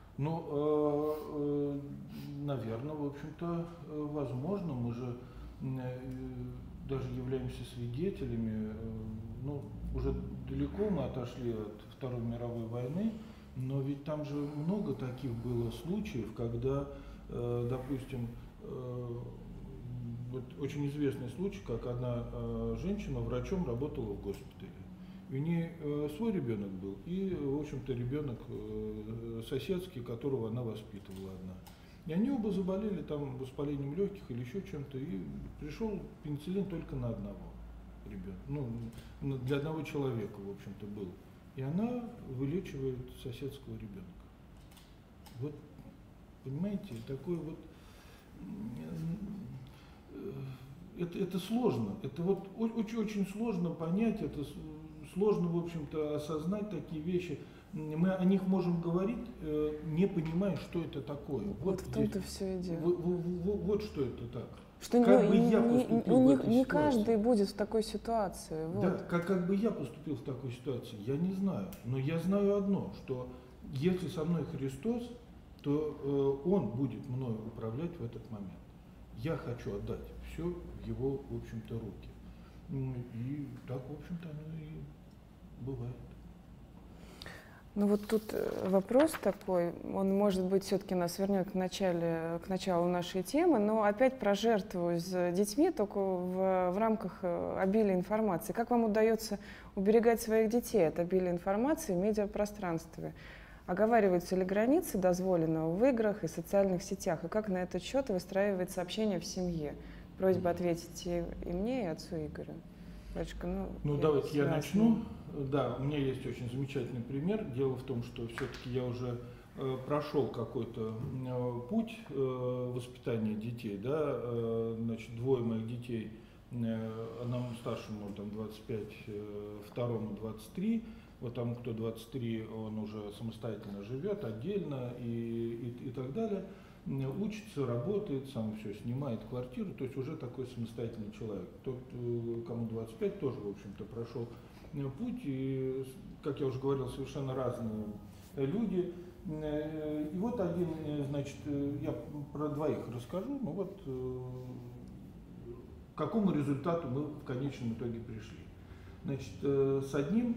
Ну, наверное, в общем-то, возможно. Мы же даже являемся свидетелями. Ну, уже далеко мы отошли от Второй мировой войны, но ведь там же много таких было случаев, когда, допустим, вот очень известный случай, как одна женщина врачом работала в госпитале. У нее свой ребенок был и, в общем-то, ребенок соседский, которого она воспитывала одна. И они оба заболели там воспалением легких или еще чем-то, и пришел пенициллин только на одного ребенка, ну, для одного человека, в общем-то, был. И она вылечивает соседского ребенка. Вот, понимаете, такой вот, это сложно, это вот очень сложно понять, это сложно, в общем-то, осознать такие вещи. Мы о них можем говорить, не понимая, что это такое. Вот в том-то все и дело. Вот что это так. Что как бы я поступил в этой не ситуации? Каждый будет в такой ситуации. Вот. Да, как бы я поступил в такой ситуации, я не знаю. Но я знаю одно, что если со мной Христос, то Он будет мною управлять в этот момент. Я хочу отдать все в Его, в общем-то, руки. И так, в общем-то, оно и бывает. Ну вот тут вопрос такой, он, может быть, все-таки нас вернет к началу нашей темы, но опять про жертву с детьми, только в рамках обилия информации. Как вам удается уберегать своих детей от обилия информации в медиапространстве? Оговариваются ли границы дозволенного в играх и социальных сетях? И как на этот счет выстраивается общение в семье? Просьба ответить и мне, и отцу Игорю. Батюшка, давайте я начну. Да, у меня есть очень замечательный пример. Дело в том, что все-таки я уже прошел какой-то путь воспитания детей. Да? Значит, двое моих детей, одному старшему там 25, второму 23. Вот тому, кто 23, он уже самостоятельно живет, отдельно и так далее. Учится, работает, сам все снимает квартиру, то есть уже такой самостоятельный человек. Тот, кому 25, тоже, в общем-то, прошел путь, и, как я уже говорил, совершенно разные люди. И вот один, значит, я про двоих расскажу, ну вот, к какому результату мы в конечном итоге пришли. Значит, с одним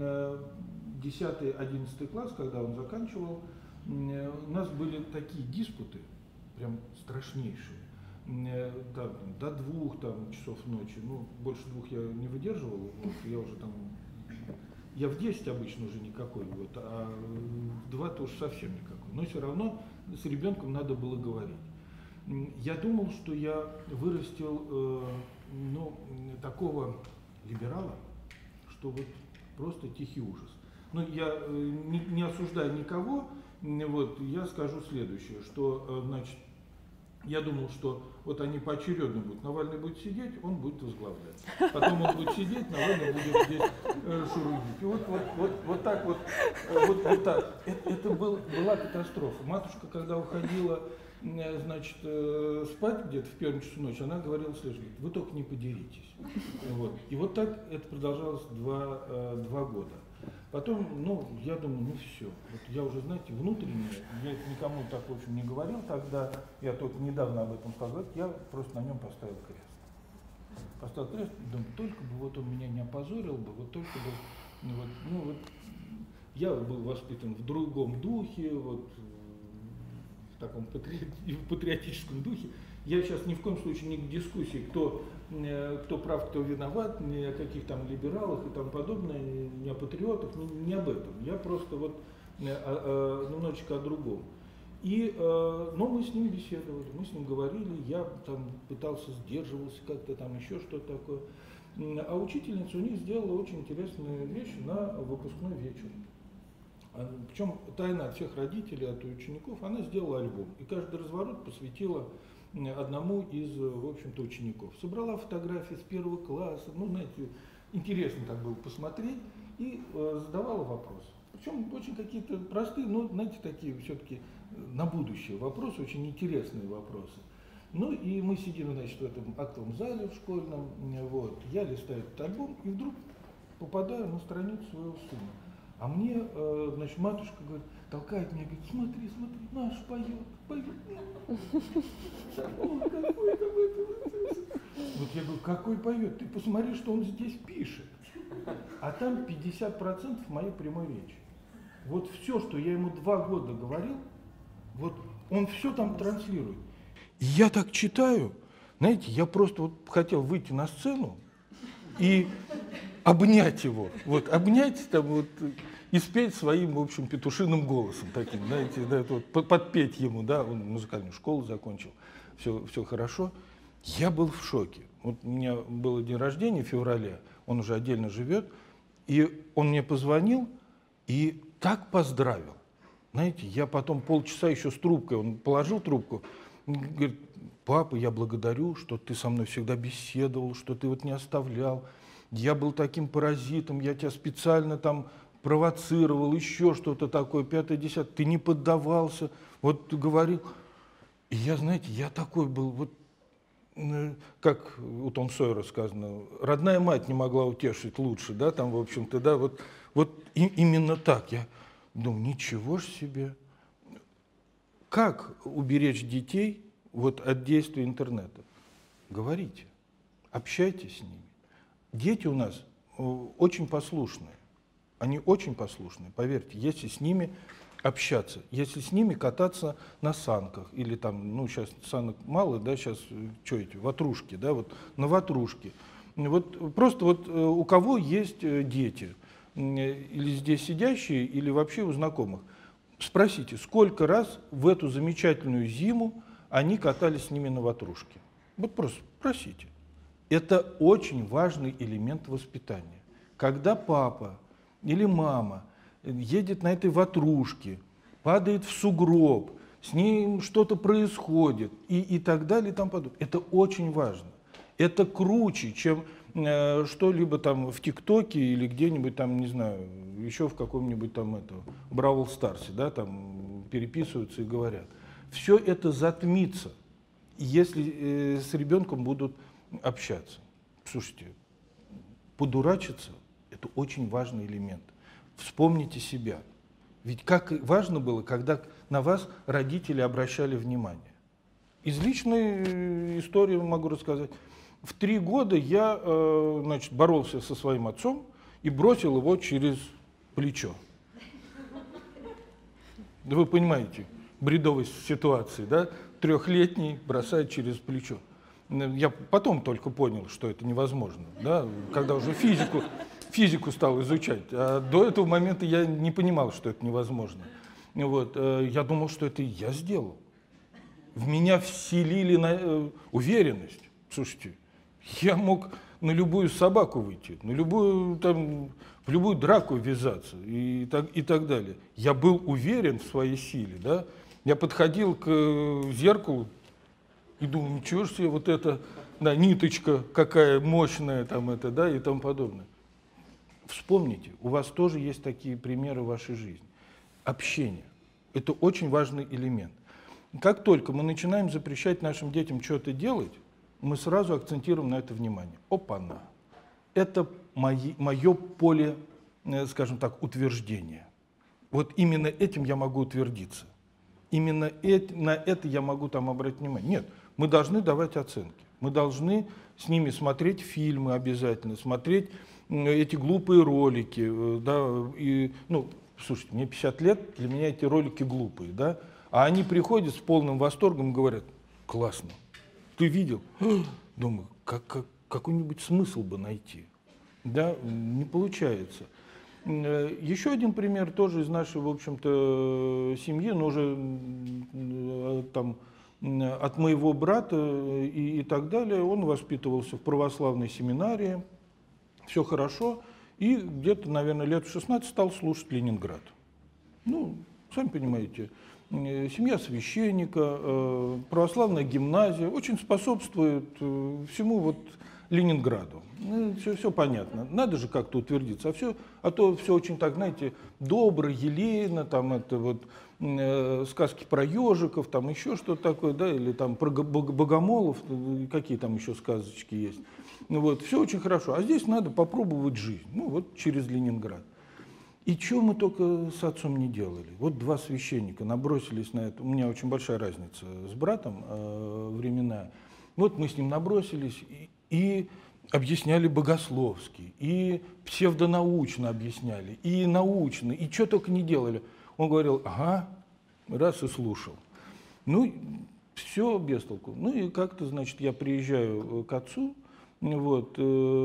10-11 класс, когда он заканчивал, у нас были такие диспуты, прям страшнейшие, до 2 часов ночи, ну, больше 2 я не выдерживал, вот, я уже там Я в 10 обычно уже никакой, вот, а в 2 уж совсем никакой. Но все равно с ребенком надо было говорить. Я думал, что я вырастил такого либерала, что вот просто тихий ужас. Но я не осуждаю никого, вот, я скажу следующее, что, значит, я думал, что вот они поочередно будут. Навальный будет сидеть, он будет возглавлять. Потом он будет сидеть, Навальный будет здесь шурудить. И вот так вот, вот так. Это была катастрофа. Матушка, когда уходила, значит, спать где-то в первом часу ночи, она говорила следующее: вы только не подеритесь. Вот. И вот так это продолжалось 2 года. Потом, я думаю, все. Вот я уже, знаете, внутренне, я никому так, в общем, не говорил тогда, я только недавно об этом сказал, я просто на нем поставил крест. Поставил крест, думаю, только бы вот он меня не опозорил бы, вот только бы, я был воспитан в другом духе, вот, в таком патриотическом духе. Я сейчас ни в коем случае не к дискуссии, кто прав, кто виноват, ни о каких там либералах и тому подобное, ни о патриотах, не об этом. Я просто вот немножечко о другом. Но мы с ним беседовали, мы с ним говорили, я там пытался, сдерживался как-то там, еще что-то такое. А учительница у них сделала очень интересную вещь на выпускной вечер. Причем тайна от всех родителей, от учеников, она сделала альбом. И каждый разворот посвятила одному из, в общем-то, учеников. Собрала фотографии с 1 класса, знаете, интересно так было посмотреть, и задавала вопросы. Причем очень какие-то простые, знаете, такие все-таки на будущее вопросы, очень интересные вопросы. И мы сидим, значит, в этом актовом зале в школьном, вот, я листаю этот альбом, и вдруг попадаю на страницу своего сына. А мне, значит, матушка говорит, толкает меня, говорит, смотри, наш поет. Ой, какой там это. Вот я говорю, какой поет? Ты посмотри, что он здесь пишет. А там 50% моей прямой речи. Вот все, что я ему 2 года говорил, вот он все там транслирует. И я так читаю, знаете, я просто вот хотел выйти на сцену и обнять его, вот, обнять там вот и спеть своим, в общем, петушиным голосом таким, знаете, да, вот, подпеть ему, да, он музыкальную школу закончил, все хорошо. Я был в шоке. Вот у меня был день рождения в феврале, он уже отдельно живет, и он мне позвонил и так поздравил. Знаете, я потом полчаса еще с трубкой, он положил трубку, говорит, папа, я благодарю, что ты со мной всегда беседовал, что ты вот не оставлял. Я был таким паразитом, я тебя специально там провоцировал, еще что-то такое, 5-10, ты не поддавался, вот ты говорил. И я, знаете, я такой был, вот, как у Том Сойера сказано, родная мать не могла утешить лучше, да, там, в общем-то, да, вот именно так. Я думаю, ничего ж себе. Как уберечь детей вот от действия интернета? Говорите, общайтесь с ними. Дети у нас очень послушные. Они очень послушные, поверьте, если с ними общаться, если с ними кататься на санках, или там, сейчас санок мало, да, сейчас, что эти, ватрушки, да, вот на ватрушке. Вот просто вот у кого есть дети, или здесь сидящие, или вообще у знакомых, спросите, сколько раз в эту замечательную зиму они катались с ними на ватрушке. Вот просто спросите. Это очень важный элемент воспитания. Когда папа или мама едет на этой ватрушке, падает в сугроб, с ним что-то происходит и так далее, и тому подобное. Это очень важно. Это круче, чем что-либо там в ТикТоке или где-нибудь там, не знаю, еще в каком-нибудь там Бравл Старсе, да, там переписываются и говорят. Все это затмится, если с ребенком будут общаться. Слушайте, подурачиться – это очень важный элемент. Вспомните себя. Ведь как важно было, когда на вас родители обращали внимание. Из личной истории могу рассказать. В 3 года я, значит, боролся со своим отцом и бросил его через плечо. Да вы понимаете, бредовость ситуации, да? 3-летний бросает через плечо. Я потом только понял, что это невозможно, да? Когда уже физику стал изучать. А до этого момента я не понимал, что это невозможно. Вот. Я думал, что это я сделал. В меня вселили уверенность. Слушайте, я мог на любую собаку выйти, на любую, там, в любую драку ввязаться и так далее. Я был уверен в своей силе. Да? Я подходил к зеркалу и думал, ничего себе, вот эта ниточка какая мощная, там, это, да, и тому подобное. Вспомните, у вас тоже есть такие примеры в вашей жизни. Общение – это очень важный элемент. Как только мы начинаем запрещать нашим детям что-то делать, мы сразу акцентируем на это внимание. Опа-на! Это мое поле, скажем так, утверждения. Вот именно этим я могу утвердиться. Именно на это я могу там обратить внимание. Нет, мы должны давать оценки. Мы должны с ними смотреть фильмы обязательно, смотреть эти глупые ролики. Да, и, ну, слушайте, мне 50 лет, для меня эти ролики глупые, да? А они приходят с полным восторгом и говорят, классно, ты видел? Думаю, какой-нибудь смысл бы найти. Да, не получается. Еще один пример тоже из нашей, в общем-то, семьи, но уже там от моего брата и так далее. Он воспитывался в православной семинарии, все хорошо, и где-то, наверное, лет в 16 стал слушать Ленинград. Ну, сами понимаете, семья священника, православная гимназия очень способствует всему вот Ленинграду. Ну, все понятно. Надо же как-то утвердиться. А то все очень так, знаете, добро, елейно, там это вот сказки про ежиков, там еще что-то такое, да, или там про богомолов, какие там еще сказочки есть. Ну, вот, все очень хорошо. А здесь надо попробовать жизнь. Ну, вот через Ленинград. И чего мы только с отцом не делали. Вот два священника набросились на это. У меня очень большая разница с братом временная. Вот мы с ним набросились и объясняли богословски, и псевдонаучно объясняли, и научно, и что только не делали. Он говорил, ага, раз и слушал. Ну, все без толку. Ну и как-то, значит, я приезжаю к отцу, вот,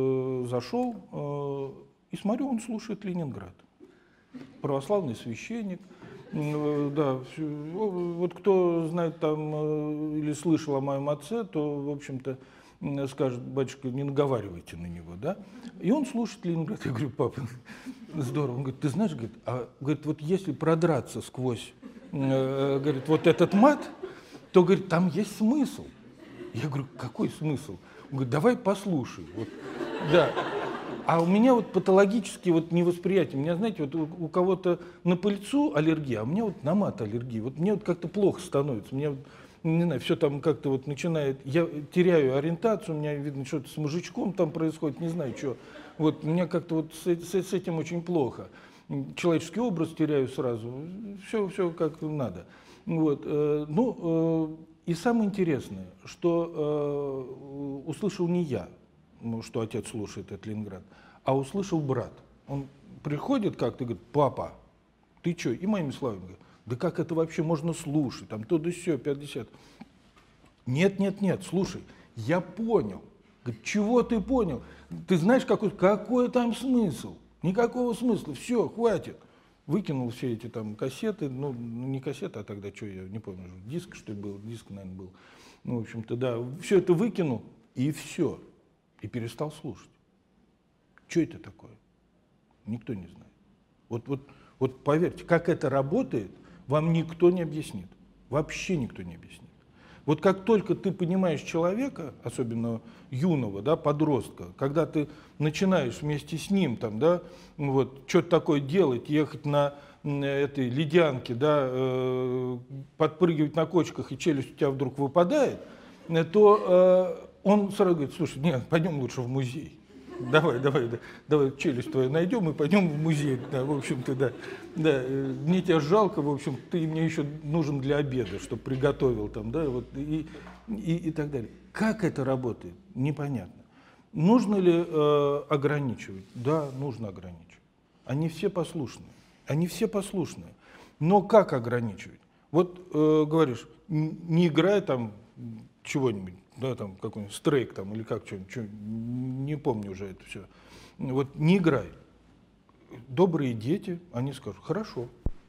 зашел, и смотрю, он слушает Ленинград. Православный священник. Да, вот кто знает там или слышал о моем отце, то, в общем-то, скажет, батюшка, не наговаривайте на него, да? И он слушает Ленинград. Я говорю, папа, здорово. Он говорит, ты знаешь, говорит, вот если продраться сквозь, говорит, вот этот мат, то, говорит, там есть смысл. Я говорю, какой смысл? Он говорит, давай послушай. Вот, да. А у меня вот патологические вот невосприятие. У меня, знаете, вот у кого-то на пыльцу аллергия, а у меня вот на мат аллергия. Вот мне вот как-то плохо становится. Мне, не знаю, все там как-то вот начинает... Я теряю ориентацию, у меня, видно, что-то с мужичком там происходит, не знаю, что. Вот у меня как-то вот с этим очень плохо. Человеческий образ теряю сразу. Все как надо. Вот. И самое интересное, что услышал не я, что отец слушает этот Ленинград, а услышал брат. Он приходит как-то и говорит, папа, ты что? И моими словами говорит, да как это вообще можно слушать? Там то да сё, 50. Нет, слушай, я понял. Говорит, чего ты понял? Ты знаешь, какой там смысл? Никакого смысла, все, хватит. Выкинул все эти там кассеты, ну не кассеты, а тогда что, я не помню, диск что ли был, диск, наверное, был. Ну, в общем-то, да, все это выкинул, и все. И перестал слушать. Что это такое? Никто не знает. Вот поверьте, как это работает, вам никто не объяснит. Вообще никто не объяснит. Вот как только ты понимаешь человека, особенно юного, да, подростка, когда ты начинаешь вместе с ним там, да, вот, что-то такое делать, ехать на этой ледянке, да, подпрыгивать на кочках, и челюсть у тебя вдруг выпадает, то он сразу говорит, слушай, нет, пойдем лучше в музей. Давай, челюсть твою найдем и пойдем в музей. Да, в общем-то, да. Мне тебя жалко, в общем, ты мне еще нужен для обеда, чтобы приготовил там, да, вот, и так далее. Как это работает? Непонятно. Нужно ли ограничивать? Да, нужно ограничивать. Они все послушные. Но как ограничивать? Вот говоришь, не играй там чего-нибудь, да, там какой-нибудь стрейк там или как что-нибудь, не помню уже это все. Вот не играй. Добрые дети, они скажут, хорошо.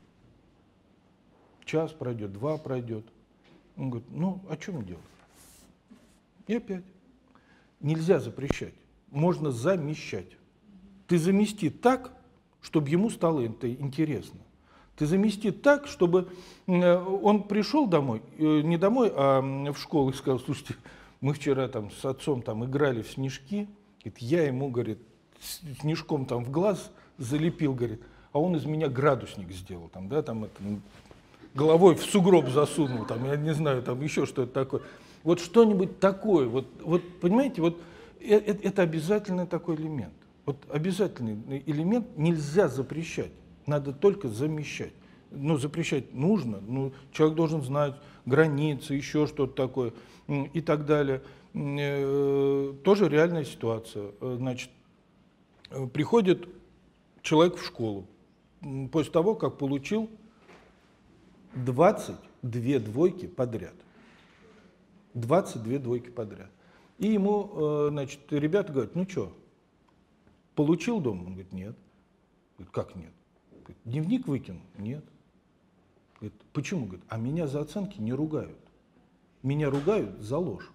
Час пройдет, 2 пройдет. Он говорит, ну, а что мне делать? И опять. Нельзя запрещать, можно замещать. Ты замести так, чтобы ему стало это интересно. Ты замести так, чтобы он пришел домой, не домой, а в школу и сказал, слушайте, мы вчера там с отцом там играли в снежки, говорит, я ему, говорит, снежком там в глаз залепил, говорит, а он из меня градусник сделал, там, да, там это, головой в сугроб засунул, там, я не знаю, там еще что-то такое. Вот что-нибудь такое, вот понимаете, вот это обязательный такой элемент. Вот обязательный элемент нельзя запрещать, надо только замещать. Ну, запрещать нужно, ну, человек должен знать границы, еще что-то такое и так далее. Тоже реальная ситуация. Значит, приходит человек в школу после того, как получил 22 двойки подряд. 22 двойки подряд. И ему, значит, ребята говорят, ну что, получил дома? Он говорит, нет. Говорит, как нет? Говорит, дневник выкинул? Нет. Говорит, почему? Говорит, а меня за оценки не ругают. Меня ругают за ложь.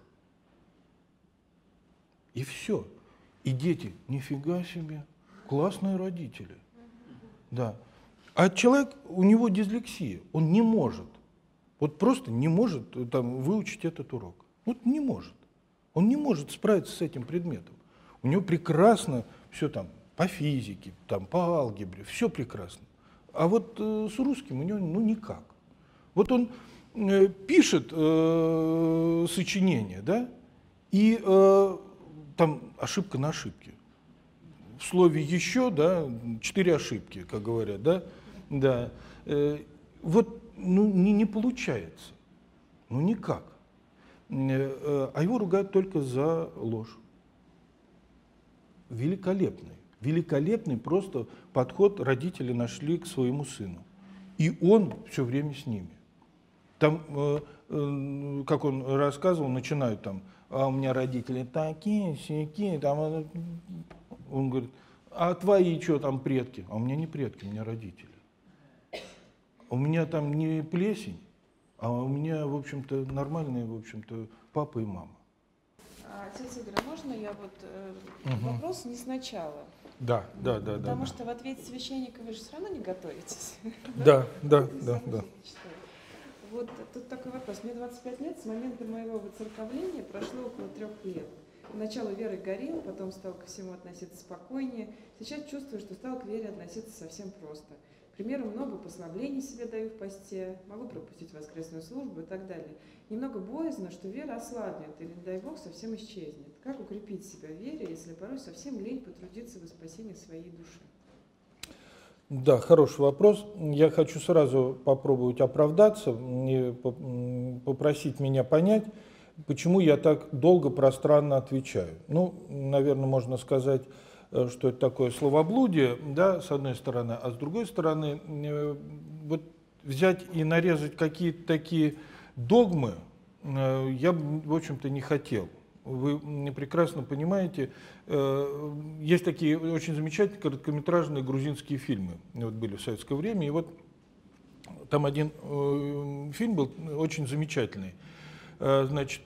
И все. И дети, нифига себе, классные родители. Да. А человек, у него дислексия, он не может. Вот просто не может там, выучить этот урок. Вот не может. Он не может справиться с этим предметом. У него прекрасно все там по физике, там, по алгебре, все прекрасно. А вот с русским у него ну никак. Вот он пишет сочинение, да, и там ошибка на ошибке. В слове «еще», да, 4 ошибки, как говорят, да, да. Вот ну, не получается, ну никак. А его ругают только за ложь. Великолепный, великолепный просто подход родители нашли к своему сыну. И он все время с ними. Там, как он рассказывал, начинают там, а у меня родители такие, сякие, там, он говорит, а твои что там предки? А у меня не предки, у меня родители. У меня там не плесень, а у меня, в общем-то, нормальные, в общем-то, папа и мама. Отец Игорь, можно я вот вопрос не сначала? Да. Потому что в ответе священника вы же все равно не готовитесь. Да. Вот тут такой вопрос. Мне 25 лет, с момента моего воцерковления прошло около 3 лет. Сначала верой горел, потом стал ко всему относиться спокойнее. Сейчас чувствую, что стал к вере относиться совсем просто. К примеру, много послаблений себе даю в посте, могу пропустить воскресную службу и так далее. Немного боязно, что вера ослабнет или, не дай Бог, совсем исчезнет. Как укрепить себя в вере, если порой совсем лень потрудиться во спасении своей души? Да, хороший вопрос. Я хочу сразу попробовать оправдаться, попросить меня понять, почему я так долго, пространно отвечаю. Ну, наверное, можно сказать, что это такое словоблудие, да, с одной стороны, а с другой стороны, вот взять и нарезать какие-то такие догмы я, в общем-то, не хотел. Вы прекрасно понимаете, есть такие очень замечательные короткометражные грузинские фильмы, вот были в советское время, и вот там один фильм был очень замечательный. Значит,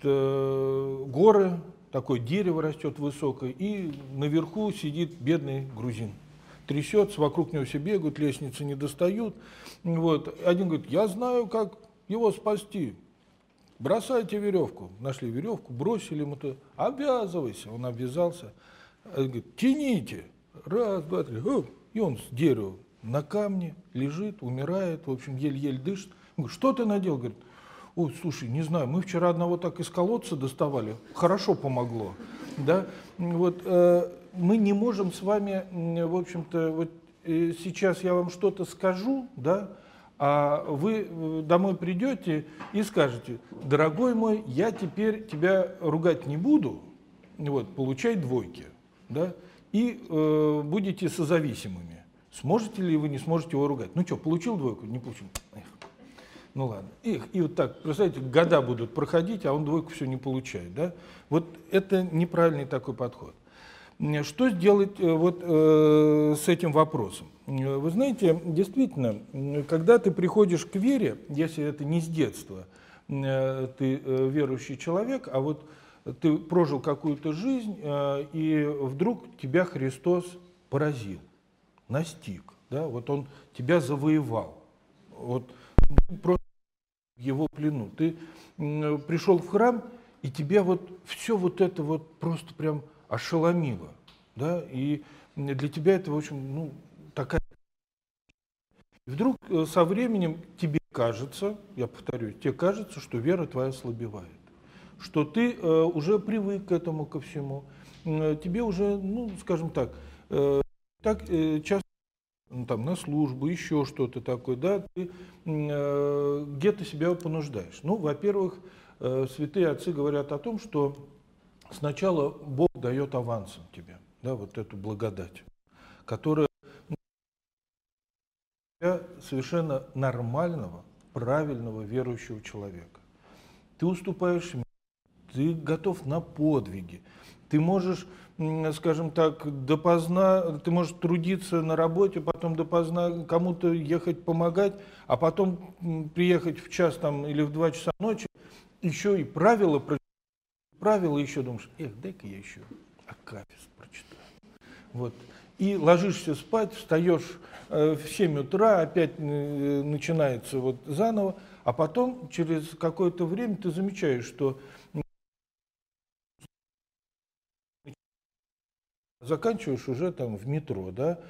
горы, такое дерево растет высокое, и наверху сидит бедный грузин. Трясется, вокруг него все бегают, лестницы не достают. Вот. Один говорит, я знаю, как его спасти. Бросайте веревку. Нашли веревку, бросили ему туда. Обвязывайся. Он обвязался. Он говорит, тяните. Раз, два, три. И он с дерева на камне лежит, умирает, в общем, еле-еле дышит. Он говорит, что ты наделал? Говорит, ой, слушай, не знаю, мы вчера одного так из колодца доставали, хорошо помогло. Да? Вот, мы не можем с вами, в общем-то, вот сейчас я вам что-то скажу, да, а вы домой придете и скажете, дорогой мой, я теперь тебя ругать не буду, вот, получай двойки, да, и будете созависимыми. Сможете ли вы, не сможете его ругать? Ну что, получил двойку? Не получил. Ну ладно. И вот так, представляете, года будут проходить, а он двойку все не получает. Да? Вот это неправильный такой подход. Что сделать с этим вопросом? Вы знаете, действительно, когда ты приходишь к вере, если это не с детства, ты верующий человек, а вот ты прожил какую-то жизнь, и вдруг тебя Христос поразил, настиг, да? Вот он тебя завоевал. Вот просто в его плену. Ты пришел в храм, и тебя вот все вот это вот просто прям ошеломило. Да? И для тебя это, в общем, ну, такая... И вдруг со временем тебе кажется, я повторюсь, тебе кажется, что вера твоя ослабевает. Что ты уже привык к этому, ко всему. Тебе уже, ну, скажем так, часто там, на службу, еще что-то такое, да, ты где-то себя понуждаешь. Ну, во-первых, святые отцы говорят о том, что сначала Бог дает авансом тебе, да, вот эту благодать, которая для совершенно нормального, правильного верующего человека. Ты уступаешь миру, ты готов на подвиги, ты можешь, скажем так, допоздна, ты можешь трудиться на работе, потом допоздна кому-то ехать помогать, а потом приехать в час там, или в 2 часа ночи, еще и правила еще думаешь, дай-ка я еще акафист прочитаю. Вот. И ложишься спать, встаешь в 7 утра, опять начинается вот заново, а потом через какое-то время ты замечаешь, что заканчиваешь уже там в метро, да,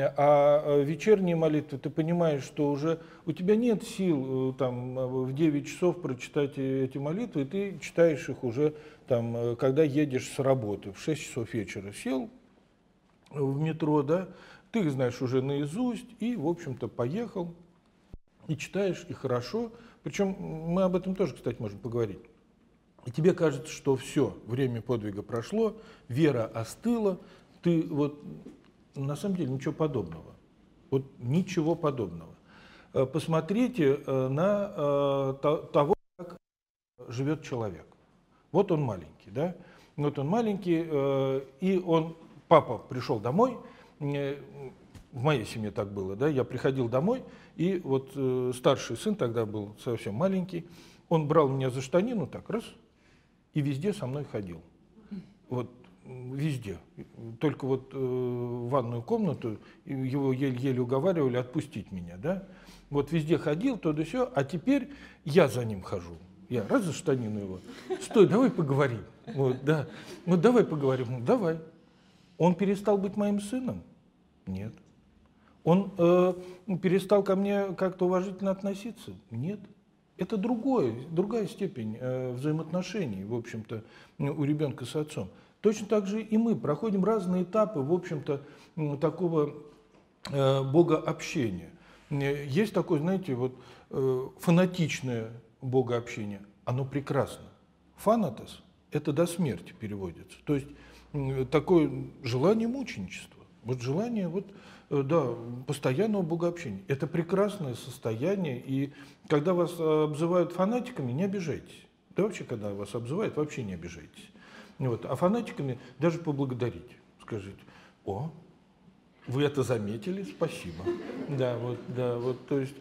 а вечерние молитвы, ты понимаешь, что уже у тебя нет сил там в 9 часов прочитать эти молитвы, и ты читаешь их уже там, когда едешь с работы, в 6 часов вечера сел в метро, да, ты их знаешь уже наизусть, и, в общем-то, поехал, и читаешь, и хорошо. Причем мы об этом тоже, кстати, можем поговорить. И тебе кажется, что все, время подвига прошло, вера остыла, ты вот, на самом деле, ничего подобного. Вот ничего подобного. Посмотрите на того, как живет человек. Вот он маленький, да? Вот он маленький, и папа пришел домой, в моей семье так было, да, я приходил домой, и вот старший сын тогда был совсем маленький, он брал меня за штанину так, раз, и везде со мной ходил. Вот везде. Только вот в ванную комнату его еле-еле уговаривали отпустить меня, да. Вот везде ходил, то да сё, а теперь я за ним хожу. Я раз за штанину его. Стой, давай поговорим. Вот, да. Ну давай поговорим. Ну, давай. Он перестал быть моим сыном? Нет. Он перестал ко мне как-то уважительно относиться? Нет. Это другая степень взаимоотношений, в общем-то, у ребенка с отцом. Точно так же и мы проходим разные этапы, в общем-то, такого богообщения. Есть такое, знаете, вот фанатичное богообщение. Оно прекрасно. Фанатос – это до смерти переводится. То есть такое желание мученичества. Вот желание постоянного богообщения. Это прекрасное состояние, и когда вас обзывают фанатиками, не обижайтесь. Да вообще, когда вас обзывают, вообще не обижайтесь. Вот. А фанатиками даже поблагодарите. Скажите, вы это заметили, спасибо. Да, то есть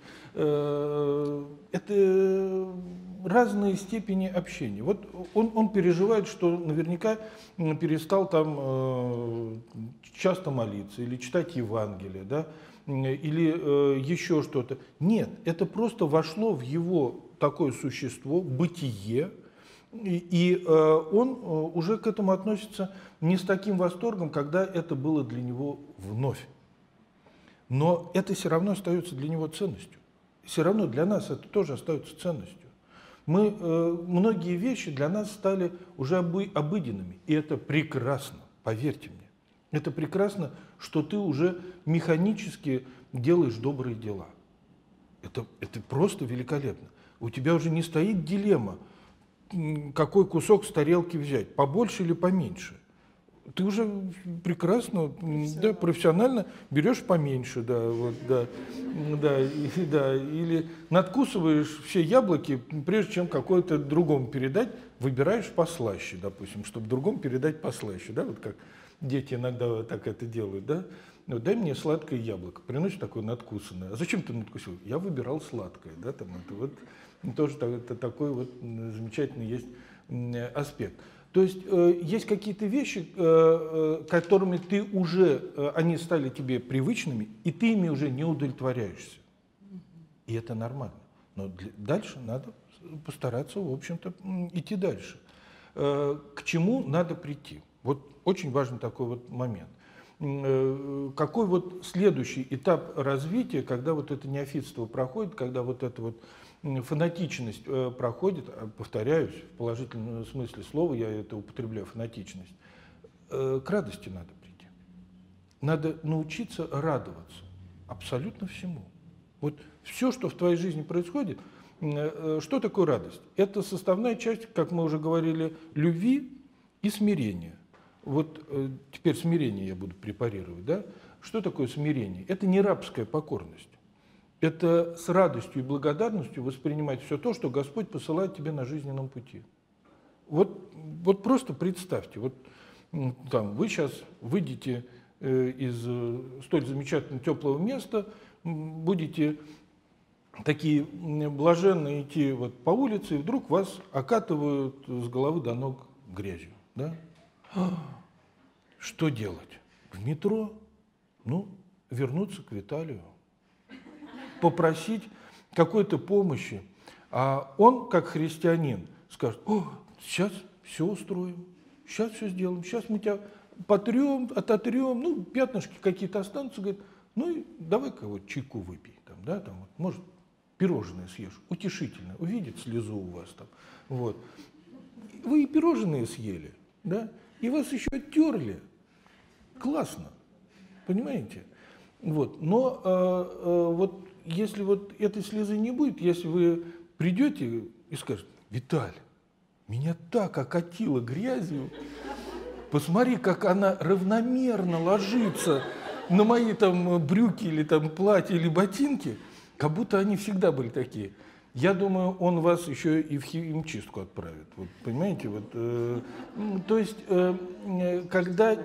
это разные степени общения. Вот он переживает, что наверняка перестал там часто молиться или читать Евангелие, да, или еще что-то. Нет, это просто вошло в его такое существо, бытие, и он уже к этому относится не с таким восторгом, когда это было для него вновь. Но это все равно остается для него ценностью. Все равно для нас это тоже остается ценностью. Многие вещи для нас стали уже обыденными. И это прекрасно, поверьте мне. Это прекрасно, что ты уже механически делаешь добрые дела. Это просто великолепно. У тебя уже не стоит дилемма, какой кусок с тарелки взять, побольше или поменьше. ты уже прекрасно, да, профессионально берешь поменьше, да, вот, да, да, да, или надкусываешь все яблоки, прежде чем какое-то другому передать, выбираешь послаще, допустим, чтобы другому передать послаще, да, вот как дети иногда так это делают, да. Вот, дай мне сладкое яблоко, приносишь такое надкусанное. А зачем ты надкусил? Я выбирал сладкое, да, там это вот тоже это такой вот замечательный есть аспект. То есть есть какие-то вещи, которыми ты уже, они стали тебе привычными, и ты ими уже не удовлетворяешься. И это нормально. Но дальше надо постараться, в общем-то, идти дальше. К чему надо прийти? Вот очень важный такой вот момент. Какой вот следующий этап развития, когда вот это неофитство проходит, когда вот эта вот фанатичность проходит, повторяюсь, в положительном смысле слова я это употребляю, фанатичность, к радости надо прийти. Надо научиться радоваться абсолютно всему. Вот все, что в твоей жизни происходит, что такое радость? Это составная часть, как мы уже говорили, любви и смирения. Вот теперь смирение я буду препарировать, да? Что такое смирение? Это не рабская покорность. Это с радостью и благодарностью воспринимать все то, что Господь посылает тебе на жизненном пути. Вот просто представьте, вот там, вы сейчас выйдете из столь замечательного теплого места, будете такие блаженные идти вот по улице, и вдруг вас окатывают с головы до ног грязью. Да? Что делать? В метро? Ну, вернуться к Виталию. Попросить какой-то помощи. А он, как христианин, скажет: о, сейчас все устроим, сейчас все сделаем, сейчас мы тебя потрем, ототрем, ну, пятнышки какие-то останутся, говорит, ну, и давай-ка вот чайку выпей, там, да, там, вот, может, пирожное съешь, утешительно, увидит слезу у вас там, вот. Вы и пирожные съели, да, и вас еще оттерли, классно, понимаете? Вот, но вот если вот этой слезы не будет, если вы придете и скажете: Виталь, меня так окатило грязью, посмотри, как она равномерно ложится на мои там брюки или там платья или ботинки, как будто они всегда были такие. Я думаю, он вас еще и в химчистку отправит. Вот, понимаете, вот, то есть, когда...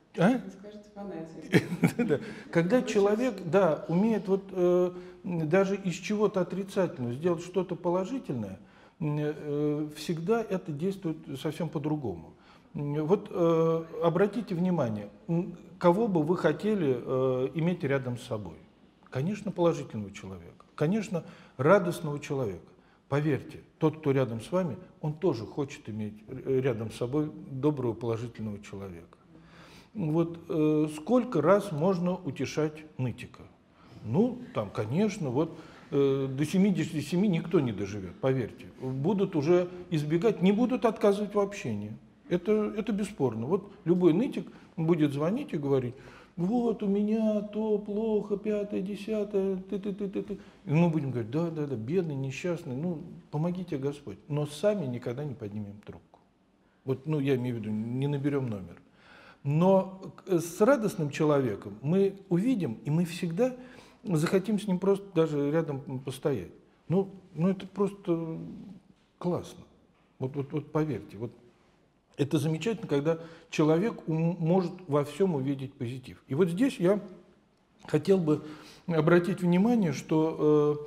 Когда человек, да, умеет вот даже из чего-то отрицательного сделать что-то положительное, всегда это действует совсем по-другому. Вот обратите внимание, кого бы вы хотели иметь рядом с собой? Конечно, положительного человека, конечно, радостного человека. Поверьте, тот, кто рядом с вами, он тоже хочет иметь рядом с собой доброго, положительного человека. Вот сколько раз можно утешать нытика? Ну, там, конечно, вот до 77 никто не доживет, поверьте. Будут уже избегать, не будут отказывать в общении. Это бесспорно. Вот любой нытик будет звонить и говорить: вот у меня то плохо, пятое, десятое, ты. И мы будем говорить: да, бедный, несчастный, ну, помогите Господь. Но сами никогда не поднимем трубку. Вот, ну, я имею в виду, не наберем номер. Но с радостным человеком мы увидим, и мы всегда захотим с ним просто даже рядом постоять. Ну это просто классно. Вот поверьте, вот это замечательно, когда человек может во всем увидеть позитив. И вот здесь я хотел бы обратить внимание, что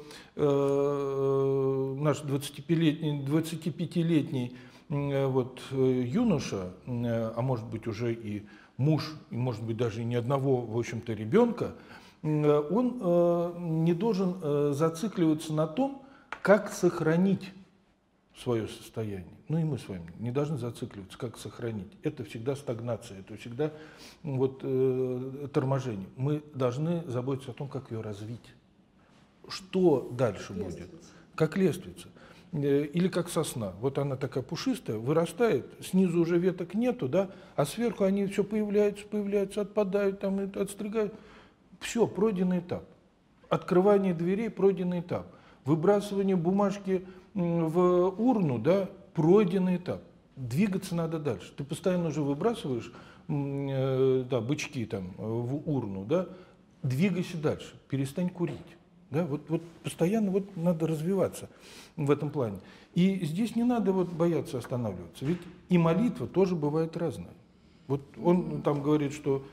наш 25-летний вот юноша, а может быть уже и муж, и может быть даже и ни одного, в общем-то, ребенка, он не должен зацикливаться на том, как сохранить свое состояние. Ну и мы с вами не должны зацикливаться, как сохранить. Это всегда стагнация, это всегда вот, торможение. Мы должны заботиться о том, как ее развить. Что дальше будет? Как лестница. Или как сосна. Вот она такая пушистая, вырастает, снизу уже веток нету, да, а сверху они все появляются, отпадают, там, отстригают. Все, пройденный этап. Открывание дверей, пройденный этап. Выбрасывание бумажки в урну, да, пройденный этап. Двигаться надо дальше. Ты постоянно уже выбрасываешь да, бычки там в урну, да, двигайся дальше, перестань курить. Да, вот постоянно вот надо развиваться в этом плане. И здесь не надо вот бояться останавливаться. Ведь и молитва тоже бывает разная. Вот он там говорит, что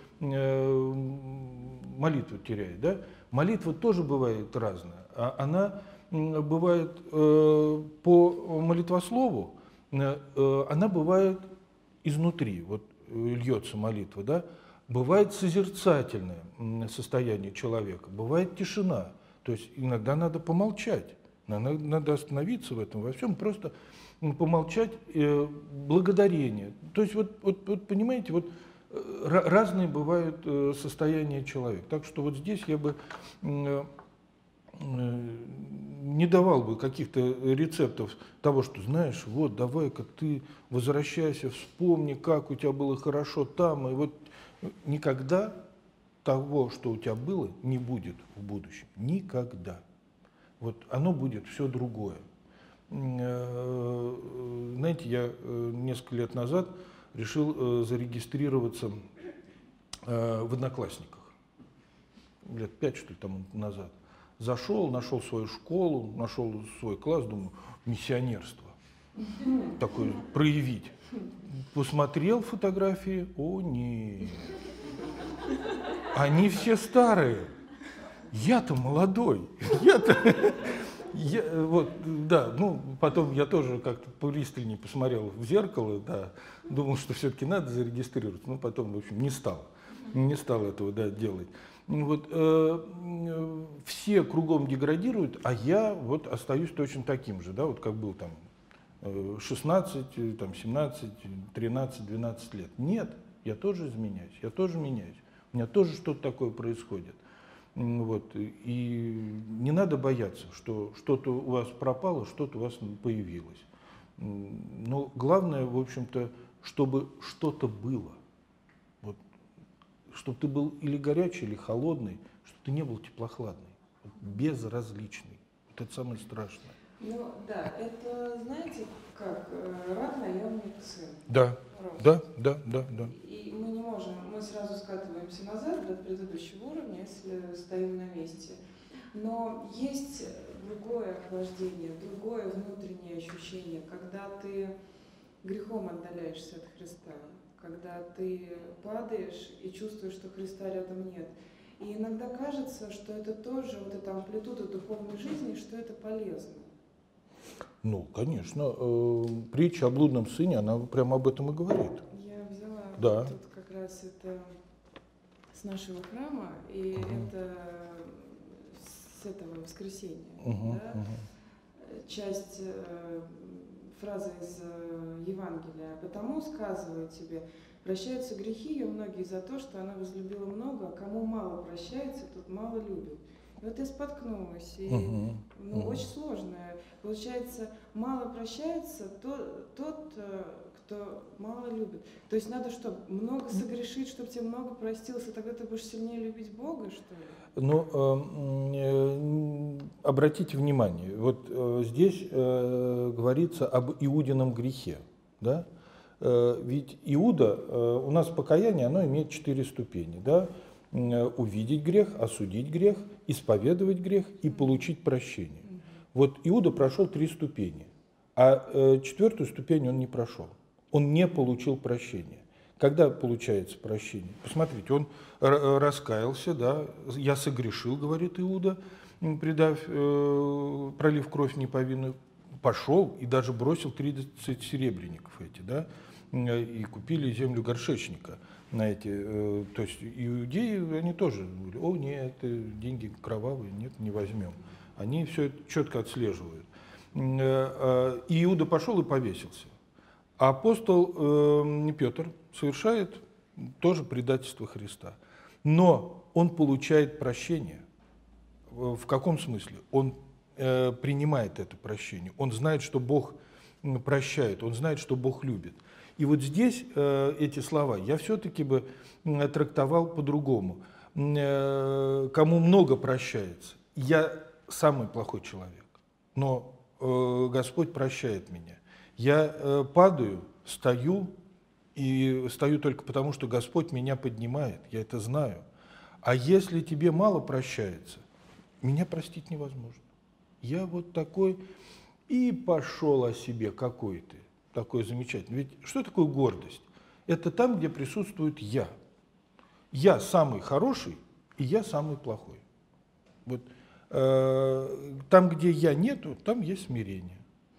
молитву теряет. Да? Молитва тоже бывает разная. Она бывает по молитвослову, она бывает изнутри. Вот льется молитва. Да? Бывает созерцательное состояние человека, бывает тишина. То есть иногда надо помолчать, надо остановиться в этом во всем, просто помолчать, благодарение. То есть вот понимаете, вот разные бывают состояния человека. Так что вот здесь я бы не давал бы каких-то рецептов того, что, знаешь, вот давай-ка ты возвращайся, вспомни, как у тебя было хорошо там, и вот никогда того, что у тебя было, не будет в будущем. Никогда. Вот оно будет все другое. Знаете, я несколько лет назад решил зарегистрироваться в Одноклассниках. Лет 5, что ли, тому назад. Зашел, нашел свою школу, нашел свой класс, думаю, миссионерство. Такое проявить. Посмотрел фотографии, о нет. Они все старые. Я-то молодой. Вот, да, ну, потом я тоже как-то пристальнее посмотрел в зеркало, да, думал, что все-таки надо зарегистрироваться, но потом, в общем, не стал этого, да, делать. Вот, все кругом деградируют, а я вот остаюсь точно таким же, да, вот как был там 16, там, 17, 13, 12 лет. Нет, я тоже изменяюсь, я тоже меняюсь. У меня тоже что-то такое происходит. Вот. И не надо бояться, что что-то у вас пропало, что-то у вас появилось. Но главное, в общем-то, чтобы что-то было. Вот. Чтобы ты был или горячий, или холодный, чтобы ты не был теплохладный, вот, безразличный. Вот это самое страшное. Ну да, это, знаете, как рак наемный сын. Да, да. И мы не можем, мы сразу скатываемся назад до предыдущего уровня, если стоим на месте. Но есть другое охлаждение, другое внутреннее ощущение, когда ты грехом отдаляешься от Христа, когда ты падаешь и чувствуешь, что Христа рядом нет. И иногда кажется, что это тоже, вот эта амплитуда духовной жизни, что это полезно. Ну, конечно. Притча о блудном сыне, она прямо об этом и говорит. Я взяла Да. тут как раз это с нашего храма, и это с этого воскресенья. Да? Часть фразы из Евангелия. «Потому сказываю тебе, прощаются грехи ее многие за то, что она возлюбила много, а кому мало прощается, тот мало любит». И вот я споткнулась, и очень сложно. Получается, мало прощается тот, кто мало любит. То есть надо что, много согрешить, чтобы тебе много простилось, и тогда ты будешь сильнее любить Бога, что ли? Ну, обратите внимание, вот здесь говорится об Иудином грехе, да? Ведь Иуда, у нас покаяние, оно имеет 4 ступени, да? Увидеть грех, осудить грех, исповедовать грех и получить прощение. Вот Иуда прошел 3 ступени, а 4-ю ступень он не прошел. Он не получил прощения. Когда получается прощение? Посмотрите, он раскаялся, да, я согрешил, говорит Иуда, пролив кровь неповинную, пошел и даже бросил 30 серебряников эти, да, и купили землю горшечника на эти, то есть иудеи, они тоже говорили, о нет, деньги кровавые, нет, не возьмем. Они все это четко отслеживают. И Иуда пошел и повесился. А апостол Петр совершает тоже предательство Христа. Но он получает прощение. В каком смысле? Он принимает это прощение. Он знает, что Бог прощает, он знает, что Бог любит. И вот здесь эти слова я все-таки бы трактовал по-другому. Кому много прощается, я самый плохой человек, но Господь прощает меня. Я падаю, стою и стою только потому, что Господь меня поднимает, я это знаю. А если тебе мало прощается, меня простить невозможно. Я вот такой, и пошел о себе, какой ты, такой замечательный. Ведь что такое гордость? Это там, где присутствует я. Я самый хороший, и я самый плохой. Вот, там, где я нету, там есть смирение.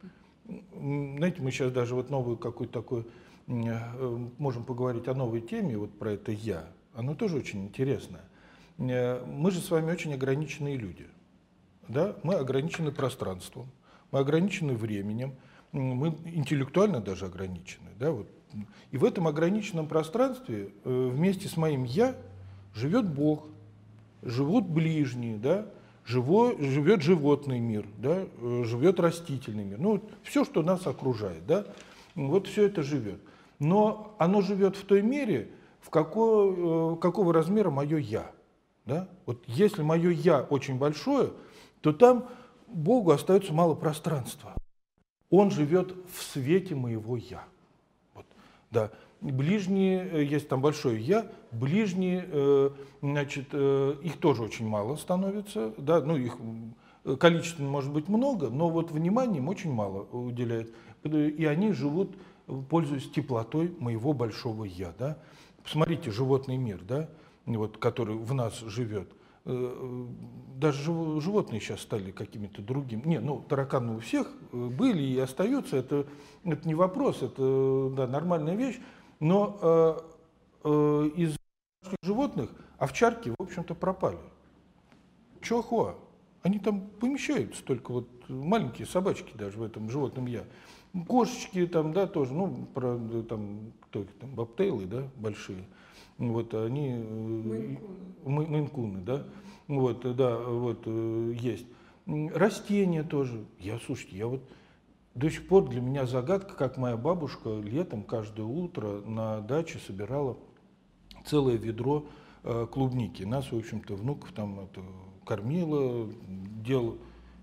Знаете, мы сейчас даже вот новую какую-то такую, можем поговорить о новой теме, вот про это «я». Оно тоже очень интересное. Мы же с вами очень ограниченные люди. Да? Мы ограничены пространством, мы ограничены временем, мы интеллектуально даже ограничены. Да? Вот. И в этом ограниченном пространстве вместе с моим «я» живет Бог, живут ближние, да? Живет животный мир, да? Живет растительный мир. Ну, вот все, что нас окружает, да? Вот все это живет. Но оно живет в той мере, какого размера мое «я». Да? Вот если мое «я» очень большое, то там Богу остается мало пространства. Он живет в свете моего «я». Вот, да. Ближние, есть там большое «я», ближние, значит, их тоже очень мало становится, да, ну, их количественно может быть много, но вот внимания им очень мало уделяет, и они живут, пользуясь теплотой моего большого «я», да. Посмотрите, животный мир, да, вот, который в нас живет. Даже животные сейчас стали какими-то другими. Не, ну, тараканы у всех были и остаются, это не вопрос, это да, нормальная вещь. Но из животных овчарки, в общем-то, пропали. Чихуахуа. Они там помещаются, только вот маленькие собачки даже в этом животном «я». Кошечки там, да, тоже, ну, там, кто их там, бобтейлы, да, большие. Вот они... Мейн-куны, да. Вот, да, вот, есть. Растения тоже. Слушайте, я вот... До сих пор для меня загадка, как моя бабушка летом каждое утро на даче собирала целое ведро клубники. Нас, в общем-то, внуков там это кормила, делала.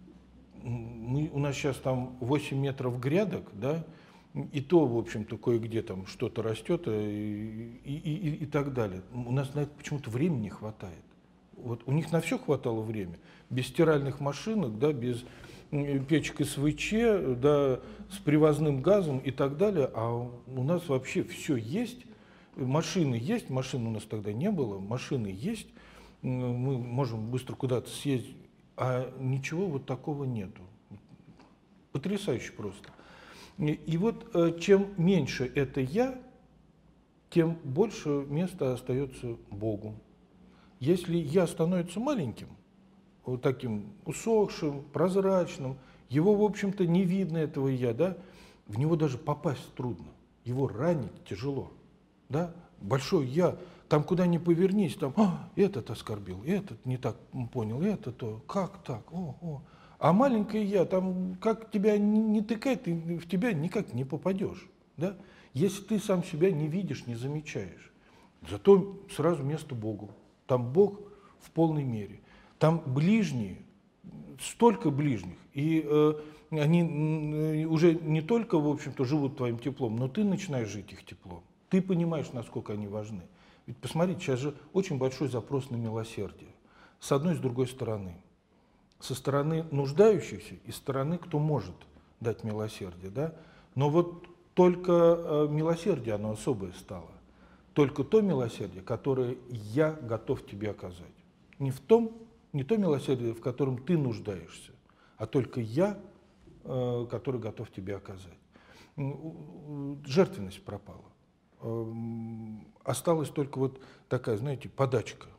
У нас сейчас там 8 метров грядок, да, и то, в общем-то, кое-где там что-то растет и так далее. У нас на это почему-то времени не хватает. Вот у них на все хватало времени. Без стиральных машинок, да, без печек СВЧ, да, с привозным газом и так далее. А у нас вообще все есть. Машины есть, машин у нас тогда не было, машины есть. Мы можем быстро куда-то съездить, а ничего вот такого нету. Потрясающе просто. И вот чем меньше это «я», тем больше места остается Богу. Если «я» становится маленьким, вот таким усохшим, прозрачным, его, в общем-то, не видно, этого «я», да, в него даже попасть трудно, его ранить тяжело, да, большой «я», там куда ни повернись, там, этот оскорбил, этот не так понял, это то, как так, А маленькое «я», там, как тебя не тыкать, ты в тебя никак не попадешь, да, если ты сам себя не видишь, не замечаешь. Зато сразу место Богу, там Бог в полной мере. Там ближние, столько ближних, и они уже не только, в общем-то, живут твоим теплом, но ты начинаешь жить их теплом. Ты понимаешь, насколько они важны. Ведь посмотрите, сейчас же очень большой запрос на милосердие. С одной и с другой стороны. Со стороны нуждающихся и со стороны, кто может дать милосердие. Да? Но вот только милосердие, оно особое стало. Только то милосердие, которое я готов тебе оказать. Не то милосердие, в котором ты нуждаешься, а только я, который готов тебе оказать. Жертвенность пропала. Осталась только вот такая, знаете, подачка.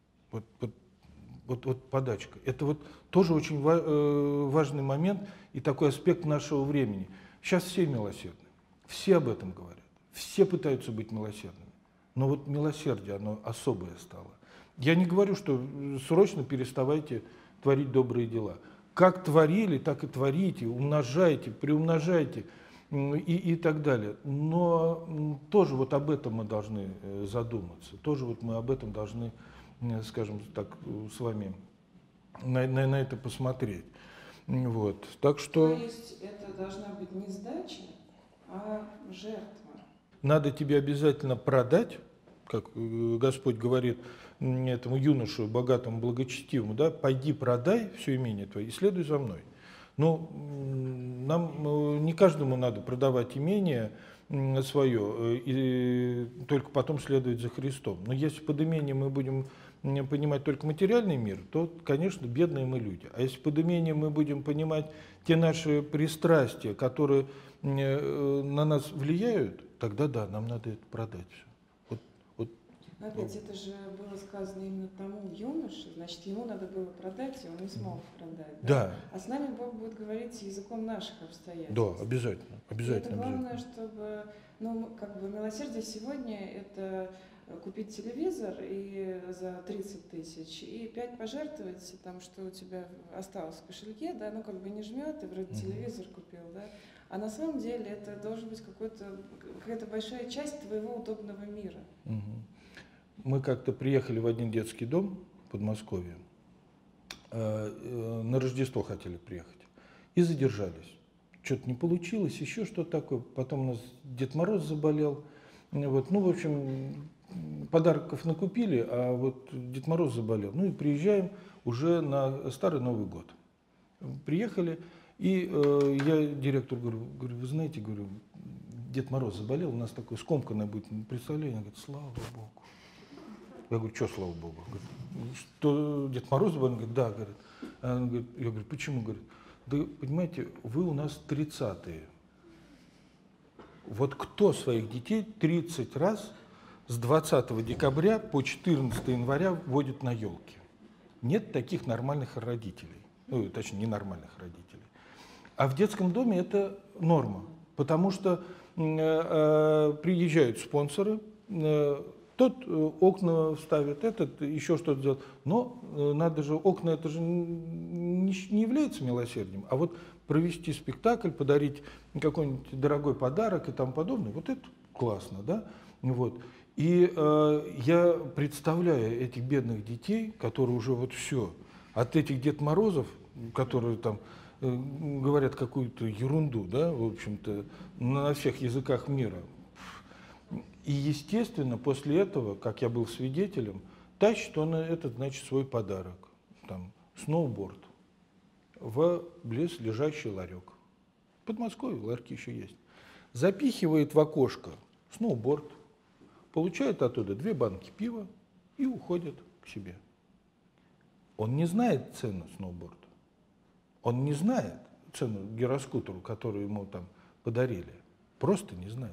Вот подачка. Это вот тоже очень важный момент и такой аспект нашего времени. Сейчас все милосердны, все об этом говорят, все пытаются быть милосердными. Но вот милосердие, оно особое стало. Я не говорю, что срочно переставайте творить добрые дела. Как творили, так и творите, умножайте, приумножайте и так далее. Но тоже вот об этом мы должны задуматься. Тоже вот мы об этом должны, скажем так, с вами на это посмотреть. Вот. Так что... То есть это должна быть не сдача, а жертва. надо тебе обязательно продать, как Господь говорит этому юношу, богатому, благочестивому, да, пойди продай все имение твое и следуй за мной. Но нам не каждому надо продавать имение свое и только потом следовать за Христом. Но если под имением мы будем понимать только материальный мир, то, конечно, бедные мы люди. А если под имением мы будем понимать те наши пристрастия, которые на нас влияют, тогда да, нам надо это продать все. Но опять, это же было сказано именно тому юноше, значит, ему надо было продать, и он не смог продать. Да. А с нами Бог будет говорить языком наших обстоятельств. Да, обязательно. Обязательно. И это главное, чтобы, ну, как бы милосердие сегодня это купить телевизор и за 30 тысяч и 5 пожертвовать, там, что у тебя осталось в кошельке, да, ну как бы не жмет, и вроде телевизор купил, да. А на самом деле это должен быть какая-то большая часть твоего удобного мира. Мы как-то приехали в один детский дом в Подмосковье, на Рождество хотели приехать, и задержались. Что-то не получилось, еще что-то такое. Потом у нас Дед Мороз заболел. Вот. Ну, в общем, подарков накупили, а вот Дед Мороз заболел. Ну и приезжаем уже на Старый Новый год. Приехали, и я директору говорю, вы знаете, говорю, Дед Мороз заболел, у нас такое скомканное будет представление. Он говорит, слава Богу. Я говорю, что слава Богу? Говорит, что Дед Мороз заболел? Он говорит, да, говорит. Он говорит, я говорю, почему? Говорит, да понимаете, вы у нас 30-е. Вот кто своих детей 30 раз с 20 декабря по 14 января водит на елки? Нет таких нормальных родителей. Ну, точнее, ненормальных родителей. А в детском доме это норма. Потому что приезжают спонсоры, тот окна вставит, этот еще что-то делает. Но надо же, окна это же не является милосердием, а вот провести спектакль, подарить какой-нибудь дорогой подарок и тому подобное, вот это классно, да? Вот. И я представляю этих бедных детей, которые уже вот все, от этих Дед Морозов, которые там говорят какую-то ерунду, да, в общем-то, на всех языках мира. И, естественно, после этого, как я был свидетелем, тащит он этот, значит, свой подарок, там, сноуборд, в близлежащий ларек. В Подмосковье ларьки еще есть. Запихивает в окошко сноуборд, получает оттуда 2 банки пива и уходит к себе. Он не знает цену сноуборда. Он не знает цену гироскутеру, который ему там подарили. Просто не знает.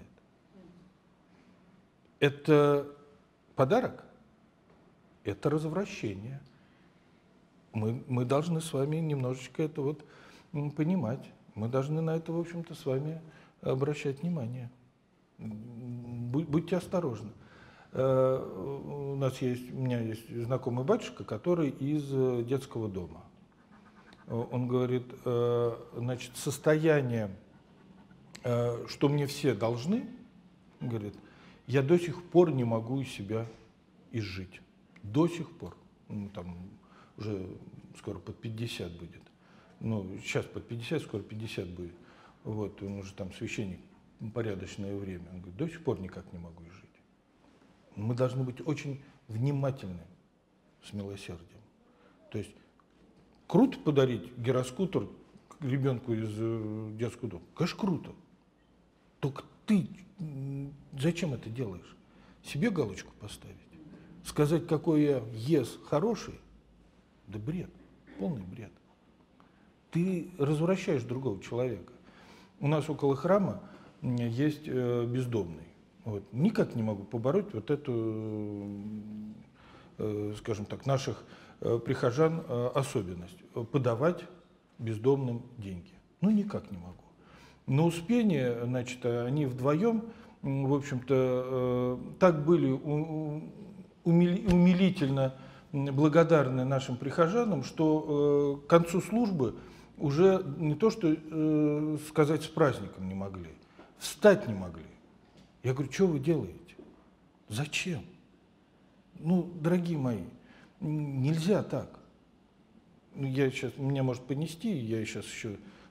Это подарок, это развращение. Мы должны с вами немножечко это вот понимать. Мы должны на это, в общем-то, с вами обращать внимание. Будьте осторожны. У меня есть знакомый батюшка, который из детского дома. Он говорит, значит, состояние, что мне все должны, говорит, я до сих пор не могу из себя изжить. До сих пор. Ну, там уже скоро под 50 будет. Ну, сейчас под 50, скоро 50 будет. Вот, он уже там священник порядочное время. Он говорит, до сих пор никак не могу изжить. Мы должны быть очень внимательны с милосердием. То есть круто подарить гироскутер ребенку из детского дома? Конечно, круто. Только ты зачем это делаешь? Себе галочку поставить? Сказать, какой я хороший? Да бред, полный бред. Ты развращаешь другого человека. У нас около храма есть бездомный. Вот. Никак не могу побороть вот эту, скажем так, наших прихожан особенность. Подавать бездомным деньги. Ну, никак не могу. На Успение, значит, они вдвоем, в общем-то, так были умилительно благодарны нашим прихожанам, что к концу службы уже не то, что сказать с праздником не могли, встать не могли. Я говорю, что вы делаете? Зачем? Ну, дорогие мои, нельзя так. Меня может понести, я сейчас еще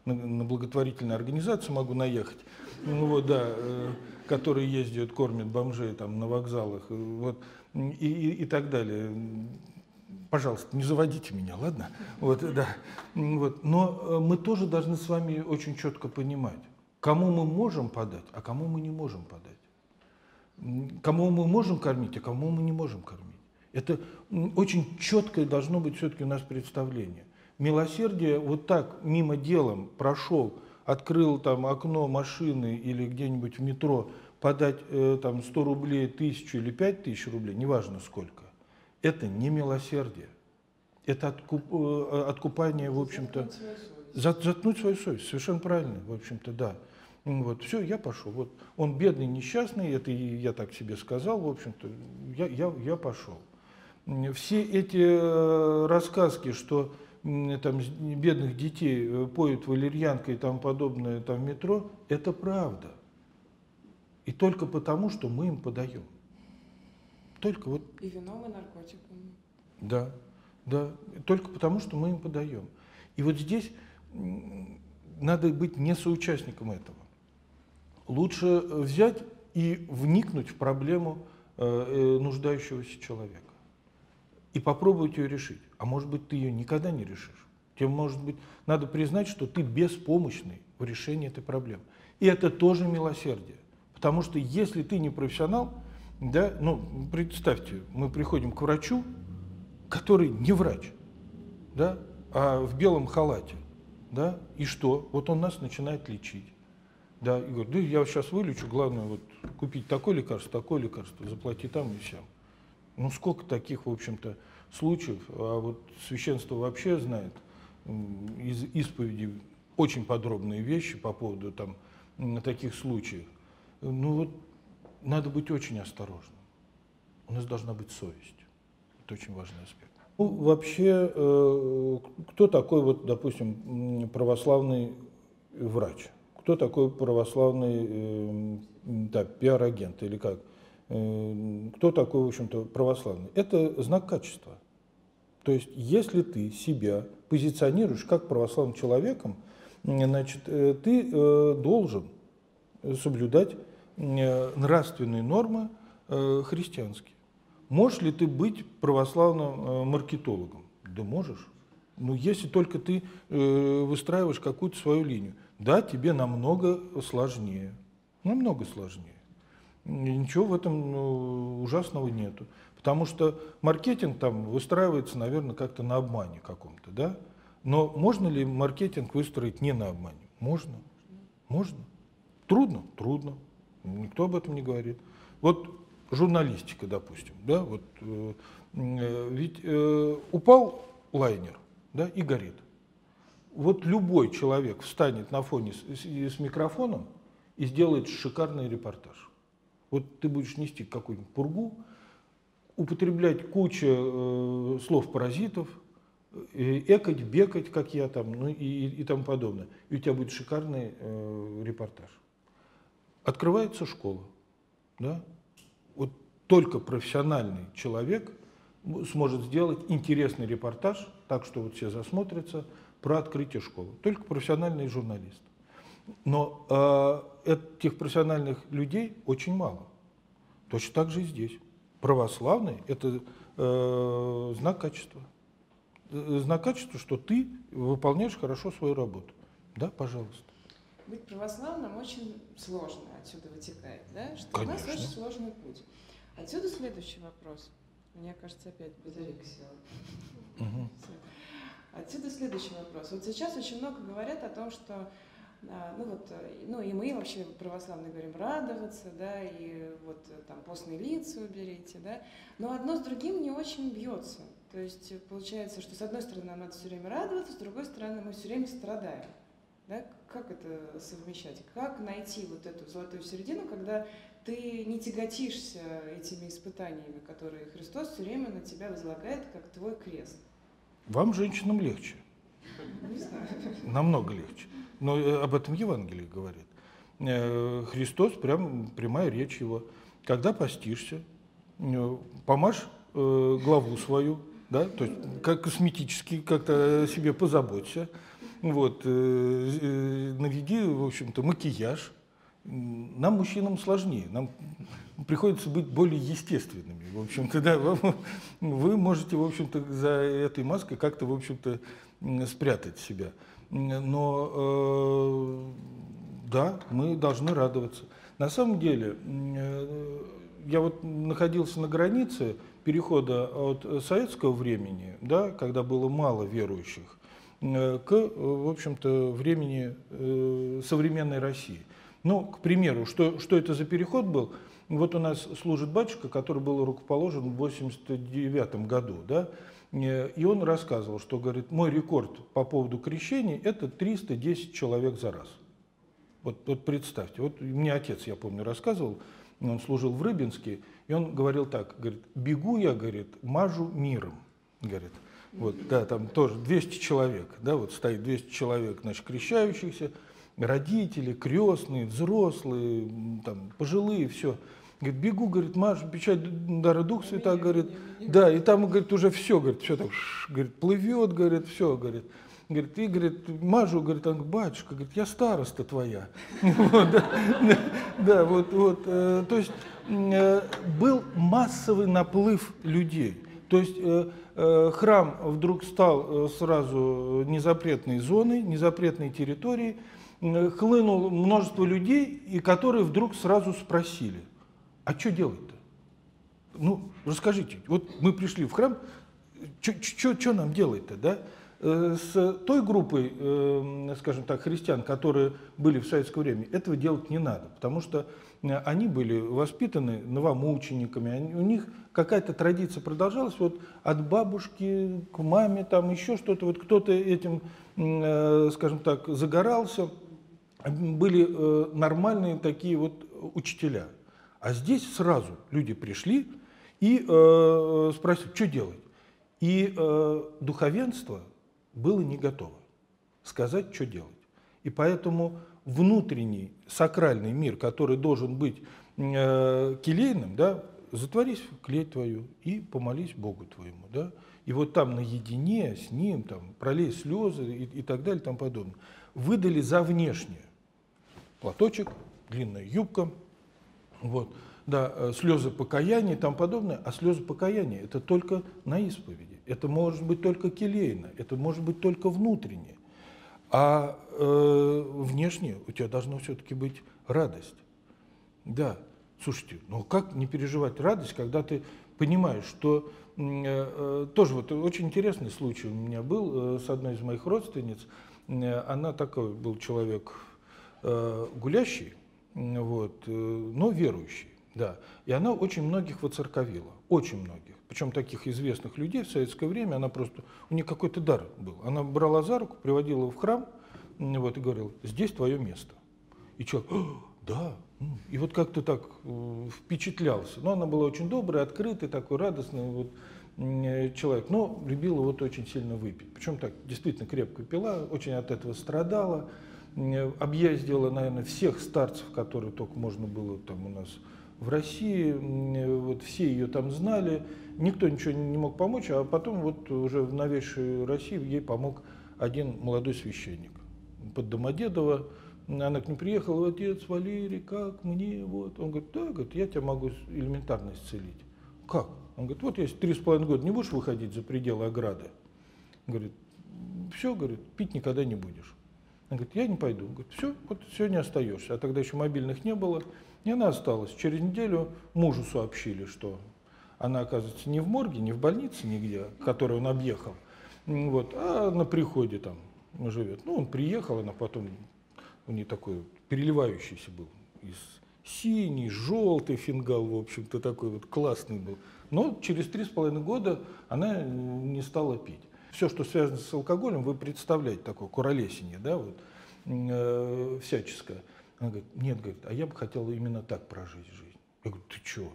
на благотворительные организации могу наехать, ну, вот, да, которые ездят, кормят бомжей там, на вокзалах, вот, и так далее. Пожалуйста, не заводите меня, ладно? Вот, да. Вот. Но мы тоже должны с вами очень четко понимать, кому мы можем подать, а кому мы не можем подать. Кому мы можем кормить, а кому мы не можем кормить. Это очень четкое должно быть все-таки у нас представление. Милосердие вот так мимо делом прошел, открыл там окно машины или где-нибудь в метро, подать там 100 рублей, 1000 или 5000 рублей, неважно сколько. Это не милосердие. Это откупание, в общем-то, заткнуть свою совесть. Совершенно правильно, в общем-то, да. Вот, все, я пошел. Вот, он бедный, несчастный, это я так себе сказал, в общем-то, я пошел. Все эти рассказки, что там бедных детей поют валерьянкой и тому подобное там, в метро, это правда. И только потому, что мы им подаем. Только вот... И вином, и наркотиками. Да, да. Только потому, что мы им подаем. И вот здесь надо быть не соучастником этого. Лучше взять и вникнуть в проблему нуждающегося человека. И попробовать ее решить. А может быть, ты ее никогда не решишь. Тебе, может быть, надо признать, что ты беспомощный в решении этой проблемы. И это тоже милосердие. Потому что если ты не профессионал, да, ну, представьте, мы приходим к врачу, который не врач, да, а в белом халате, да, и что? Вот он нас начинает лечить. Да, и говорит, да я сейчас вылечу, главное вот купить такое лекарство, заплати там и все. Ну, сколько таких, в общем-то, случаев, а вот священство вообще знает из исповеди очень подробные вещи по поводу там таких случаев. Ну вот, надо быть очень осторожным. У нас должна быть совесть. Это очень важный аспект. Ну, вообще, кто такой, вот, допустим, православный врач? Кто такой православный пиар-агент или как? Кто такой, в общем-то, православный? Это знак качества. То есть, если ты себя позиционируешь как православным человеком, значит, ты должен соблюдать нравственные нормы христианские. Можешь ли ты быть православным маркетологом? Да можешь. Но если только ты выстраиваешь какую-то свою линию. Да, тебе намного сложнее. Намного сложнее. Ничего в этом ужасного нету. Потому что маркетинг там выстраивается, наверное, как-то на обмане каком-то, да? Но можно ли маркетинг выстроить не на обмане? Можно. Можно. Трудно? Трудно. Никто об этом не говорит. Вот журналистика, допустим, да, вот ведь упал лайнер, да, и горит. Вот любой человек встанет на фоне с микрофоном и сделает шикарный репортаж. Вот ты будешь нести какую-нибудь пургу, употреблять кучу слов-паразитов, экать, бекать, как я там, ну и тому подобное. И у тебя будет шикарный репортаж. Открывается школа, да? Вот только профессиональный человек сможет сделать интересный репортаж, так что вот все засмотрятся, про открытие школы. Только профессиональный журналист. Но этих профессиональных людей очень мало. Точно так же и здесь. Православный – это знак качества. Знак качества, что ты выполняешь хорошо свою работу. Да, пожалуйста. Быть православным очень сложно, отсюда вытекает, да? Что Конечно. у нас очень сложный путь. Отсюда следующий вопрос. Мне кажется, опять батарейка села. Угу. Отсюда следующий вопрос. Вот сейчас очень много говорят о том, что, ну и мы вообще православные говорим радоваться, да, и вот там постные лица уберите, да, но одно с другим не очень бьется. То есть получается, что с одной стороны нам надо все время радоваться, с другой стороны мы все время страдаем. Да? Как это совмещать? Как найти вот эту золотую середину, когда ты не тяготишься этими испытаниями, которые Христос все время на тебя возлагает, как твой крест? Вам, женщинам, легче. Не знаю. Намного легче. Но об этом Евангелие говорит. Христос, прям прямая речь его. Когда постишься, помажь главу свою, да, то есть как косметически как-то о себе позаботься. вот, наведи, в общем-то, макияж. Нам, мужчинам, сложнее. Нам приходится быть более естественными. В общем-то, да, вы можете, в общем-то, за этой маской как-то, в общем-то, спрятать себя. Но да, мы должны радоваться. На самом деле, я вот находился на границе перехода от советского времени, да, когда было мало верующих, к, в общем-то, времени современной России. Ну, к примеру, что это за переход был? Вот у нас служит батюшка, который был рукоположен в 1989 году, да, и он рассказывал, что, говорит, мой рекорд по поводу крещения – это 310 человек за раз. Вот представьте, вот мне отец, я помню, рассказывал, он служил в Рыбинске, и он говорил так, говорит, бегу я, говорит, мажу миром, говорит. Вот, да, там тоже 200 человек, да, вот стоит 200 человек, значит, крещающихся, родители, крестные, взрослые, там, пожилые, все. Говорит, бегу, говорит, мажу, печать дара Дух Святаго, говорит, да, и там, говорит, уже все, говорит, все так, говорит, плывет, говорит, все, говорит. Говорит, и, говорит, мажу, говорит, он, батюшка, говорит, я староста твоя. Да, вот, то есть был массовый наплыв людей. То есть храм вдруг стал сразу незапретной зоной, незапретной территорией, хлынуло множество людей, и которые вдруг сразу спросили, а что делать-то? Ну, расскажите, вот мы пришли в храм, что нам делать-то, да? С той группой, скажем так, христиан, которые были в советское время, этого делать не надо, потому что они были воспитаны новомучениками, у них какая-то традиция продолжалась вот от бабушки к маме, там еще что-то, вот кто-то этим, скажем так, загорался, были нормальные такие вот учителя. А здесь сразу люди пришли и спросили, что делать. И духовенство было не готово сказать, что делать. И поэтому внутренний сакральный мир, который должен быть келейным, да, затворись в клей твою и помолись Богу твоему. Да? И вот там наедине с ним, там, пролей слезы и так далее, и тому подобное. Выдали за внешнее. Платочек, длинная юбка, вот, да, слезы покаяния и тому подобное. А слезы покаяния – это только на исповеди. Это может быть только келейно, это может быть только внутренне. А внешне у тебя должна все-таки быть радость. Да, слушайте, ну как не переживать радость, когда ты понимаешь, что тоже вот очень интересный случай у меня был с одной из моих родственниц. Она такой был человек гулящий, вот, но верующий. Да. И она очень многих воцерковила, очень многих. Причем таких известных людей в советское время, она просто, у нее какой-то дар был. Она брала за руку, приводила его в храм, вот, и говорила, здесь твое место. И человек, да, и вот как-то так впечатлялся. Но она была очень добрая, открытый, такой радостный вот, человек, но любила вот очень сильно выпить. Причем так, действительно крепко пила, очень от этого страдала, объездила, наверное, всех старцев, которые только можно было там у нас в России, вот все ее там знали, никто ничего не мог помочь, а потом вот уже в новейшей России ей помог один молодой священник под Домодедово. Она к нему приехала, отец Валерий, как мне, вот. Он говорит, да, говорит, я тебя могу элементарно исцелить. Как? Он говорит, вот если 3,5 года не будешь выходить за пределы ограды, говорит, все, говорит, пить никогда не будешь. Он говорит, я не пойду. Он говорит, все, вот сегодня остаешься. А тогда еще мобильных не было. И она осталась. Через неделю мужу сообщили, что она, оказывается, не в морге, не в больнице нигде, которую он объехал, вот, а на приходе там живет. Ну, он приехал, она потом, у нее такой переливающийся был, из синий, желтый фингал, в общем-то, такой вот классный был. Но через 3,5 года она не стала пить. Все, что связано с алкоголем, вы представляете, такое куролесение, да, вот, всяческое. Она говорит, нет, говорит, а я бы хотела именно так прожить жизнь. Я говорю, ты чего?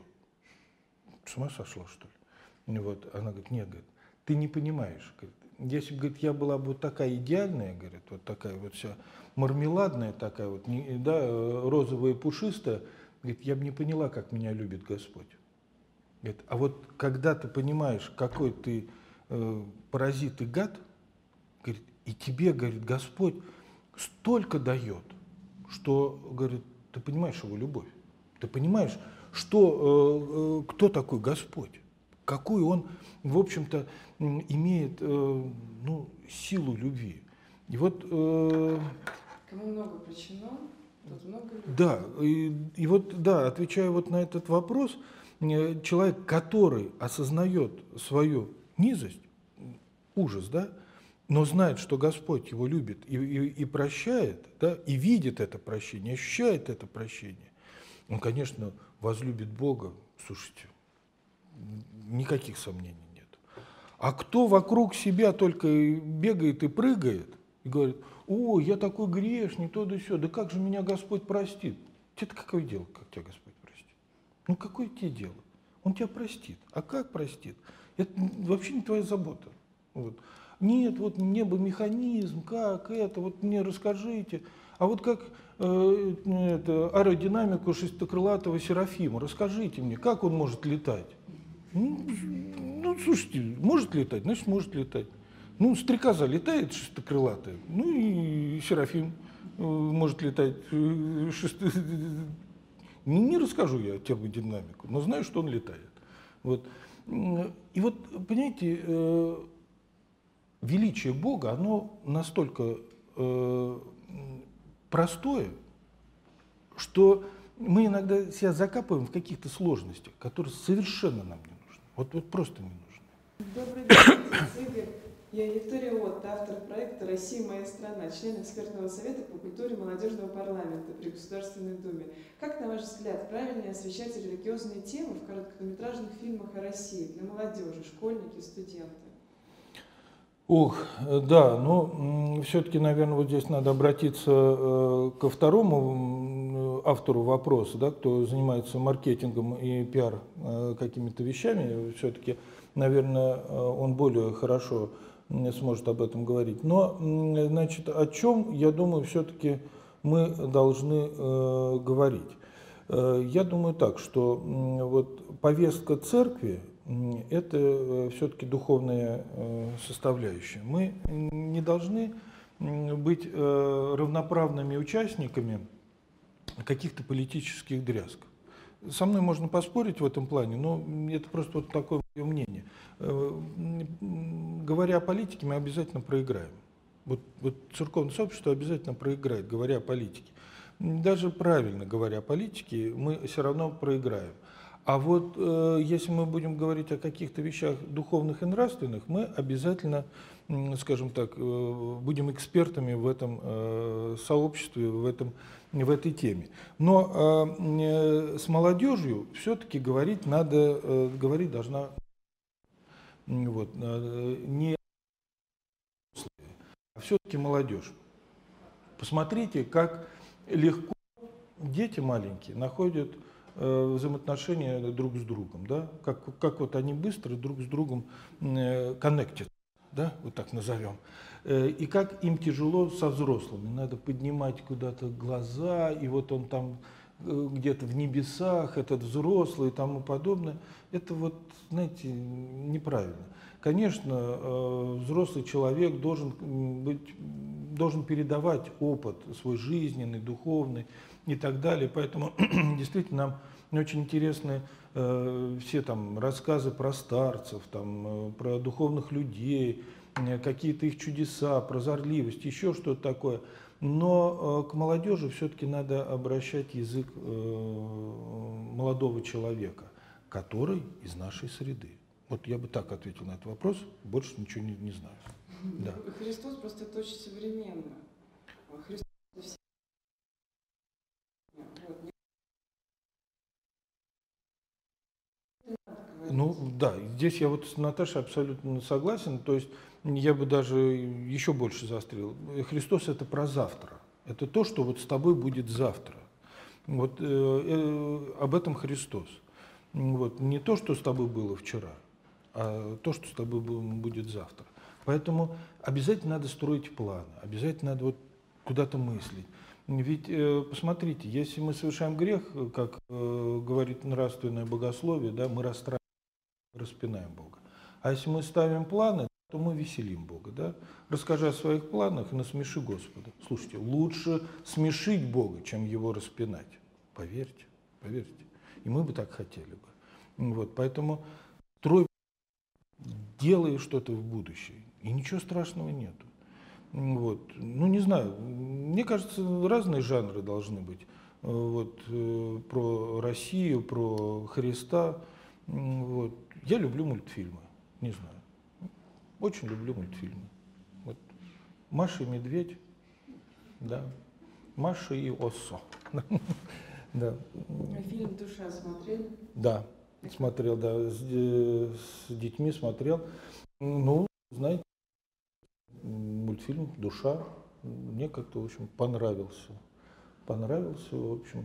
С ума сошла, что ли? Вот. Она говорит, нет, говорит, ты не понимаешь. Говорит, если бы, говорит, я была бы вот такая идеальная, говорит, вот такая вот вся мармеладная такая вот, да, розовая, пушистая, говорит, я бы не поняла, как меня любит Господь. Говорит, а вот когда ты понимаешь, какой ты паразит и гад, говорит, И тебе, говорит, Господь столько дает, что, говорит, ты понимаешь его любовь. Ты понимаешь, кто такой Господь, какую он, в общем-то, имеет силу любви. И вот... Кому много причинено, тот много любит. Да, и вот, да, отвечая вот на этот вопрос, человек, который осознает свою низость, ужас, да, но знает, что Господь его любит и прощает, да, и видит это прощение, ощущает это прощение, он, конечно, возлюбит Бога. Слушайте, никаких сомнений нет. А кто вокруг себя только бегает и прыгает, и говорит: о, я такой грешник, то да сё, да как же меня Господь простит? Тебе-то какое дело, как тебя Господь простит? Ну какое тебе дело? Он тебя простит. А как простит? Это вообще не твоя забота. Вот. Нет, вот мне бы механизм, как это, вот мне расскажите. А вот как аэродинамику шестикрылатого Серафима, расскажите мне, как он может летать? Ну, слушайте, может летать, значит, может летать. Ну, стрекоза летает шестикрылатая, ну и Серафим может летать. Не расскажу я термодинамику, но знаю, что он летает. Вот. И вот, понимаете, величие Бога, оно настолько простое, что мы иногда себя закапываем в каких-то сложностях, которые совершенно нам не нужны. Вот просто не нужны. Добрый день, отец Игорь. Я Виктория Отт, автор проекта «Россия. Моя страна», член экспертного совета по культуре молодежного парламента при Государственной Думе. Как, на ваш взгляд, правильнее освещать религиозные темы в короткометражных фильмах о России для молодежи, школьники, студенты? Ох, да, но все-таки, наверное, вот здесь надо обратиться ко второму автору вопроса, да, кто занимается маркетингом и пиар какими-то вещами. Все-таки, наверное, он более хорошо сможет об этом говорить. Но, значит, о чем, я думаю, все-таки мы должны говорить. Я думаю так, что вот повестка церкви – это все-таки духовная составляющая. Мы не должны быть равноправными участниками каких-то политических дрязг. Со мной можно поспорить в этом плане, но это просто вот такое мое мнение. Говоря о политике, мы обязательно проиграем. Вот церковное сообщество обязательно проиграет, говоря о политике. Даже правильно говоря о политике, мы все равно проиграем. А вот если мы будем говорить о каких-то вещах духовных и нравственных, мы обязательно, скажем так, будем экспертами в этом сообществе, в этой теме. Но с молодежью все-таки говорить должна вот, не а все-таки молодежь. Посмотрите, как легко дети маленькие находят взаимоотношения друг с другом, да? Как вот они быстро друг с другом коннектят, да? Вот так назовем. И как им тяжело со взрослыми. Надо поднимать куда-то глаза, и вот он там где-то в небесах, этот взрослый и тому подобное. Это вот, знаете, неправильно. Конечно, взрослый человек должен передавать опыт свой жизненный, духовный и так далее. Поэтому действительно нам очень интересны все там рассказы про старцев, там, про духовных людей, какие-то их чудеса, прозорливость, еще что-то такое. Но к молодежи все-таки надо обращать язык молодого человека, который из нашей среды. Вот я бы так ответил на этот вопрос, больше ничего не знаю. Да. Христос просто это очень современно. Христос это все. Ну да, здесь я вот с Наташей абсолютно согласен, то есть я бы даже еще больше заострил. Христос это про завтра, это то, что вот с тобой будет завтра. Вот об этом Христос. Вот, не то, что с тобой было вчера, а то, что с тобой будет завтра. Поэтому обязательно надо строить планы, обязательно надо вот куда-то мыслить. Ведь посмотрите, если мы совершаем грех, как говорит нравственное богословие, да, мы распинаем Бога. А если мы ставим планы, то мы веселим Бога, да? Расскажи о своих планах и насмеши Господа. Слушайте, лучше смешить Бога, чем его распинать. Поверьте, поверьте. И мы бы так хотели бы. Вот, поэтому строй, делай что-то в будущее, и ничего страшного нету. Вот. Ну, не знаю, мне кажется, разные жанры должны быть. Вот, про Россию, про Христа. Вот. Я люблю мультфильмы, не знаю. Очень люблю мультфильмы. Вот. Маша и Медведь, да. Маша и Оссо. Да. А фильм «Душа» смотрели? Да, смотрел, да, с детьми смотрел. Ну, знаете, мультфильм «Душа» мне как-то, в общем, понравился. Понравился, в общем.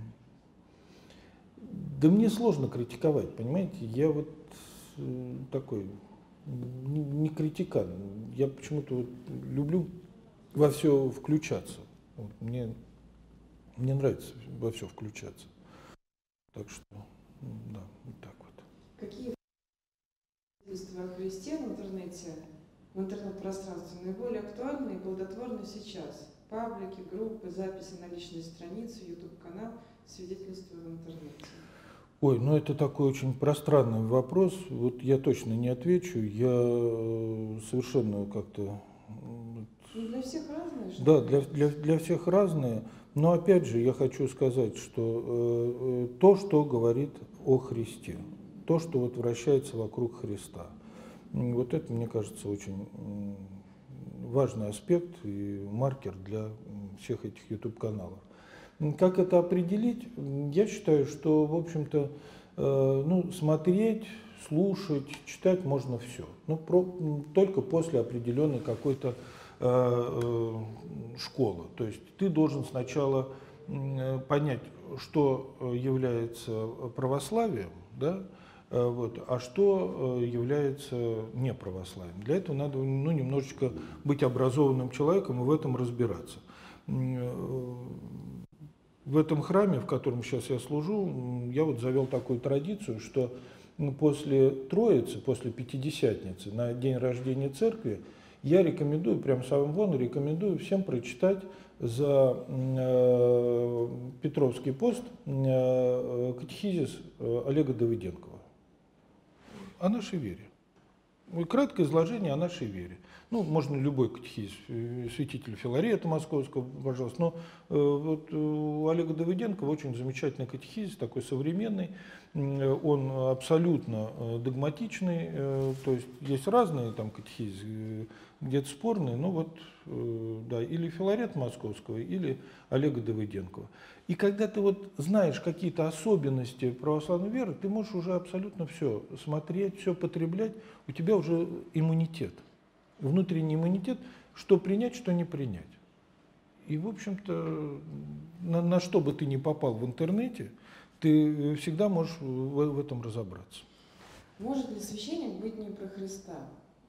Да мне сложно критиковать, понимаете? Я вот такой не критикан. Я почему-то вот люблю во все включаться. Вот мне нравится во все включаться. Так что, да, вот так вот. Какие свидетельства о Христе в интернет-пространстве наиболее актуальны и плодотворны сейчас? Паблики, группы, записи на личные страницы, YouTube-канал, свидетельства в интернете. Ой, ну это такой очень пространный вопрос. Вот я точно не отвечу. Я совершенно как-то... Ну, для всех разные же. Да, для всех разные. Но опять же я хочу сказать, что то, что говорит о Христе, то, что вот вращается вокруг Христа, вот это, мне кажется, очень важный аспект и маркер для всех этих YouTube-каналов. Как это определить? Я считаю, что, в общем-то, ну, смотреть, слушать, читать можно все. Ну, только после определенной какой-то школы. То есть ты должен сначала понять, что является православием, да, вот, а что является неправославием. Для этого надо, ну, немножечко быть образованным человеком и в этом разбираться. В этом храме, в котором сейчас я служу, я вот завел такую традицию, что после Троицы, после Пятидесятницы, на день рождения церкви, я рекомендую, прям самым вон, рекомендую всем прочитать за Петровский пост катехизис Олега Давыденкова о нашей вере. Краткое изложение о нашей вере. Ну, можно любой катехизис святителя Филарета Московского, пожалуйста. Но вот у Олега Давыденкова очень замечательный катехизис, такой современный. Он абсолютно догматичный. То есть разные там катехизисы, где-то спорные, но вот, да, или Филарета Московского, или Олега Давыденкова. И когда ты вот знаешь какие-то особенности православной веры, ты можешь уже абсолютно все смотреть, все потреблять, у тебя уже иммунитет, внутренний иммунитет, что принять, что не принять. И, в общем-то, на что бы ты ни попал в интернете, ты всегда можешь в этом разобраться. Может ли священник быть не про Христа?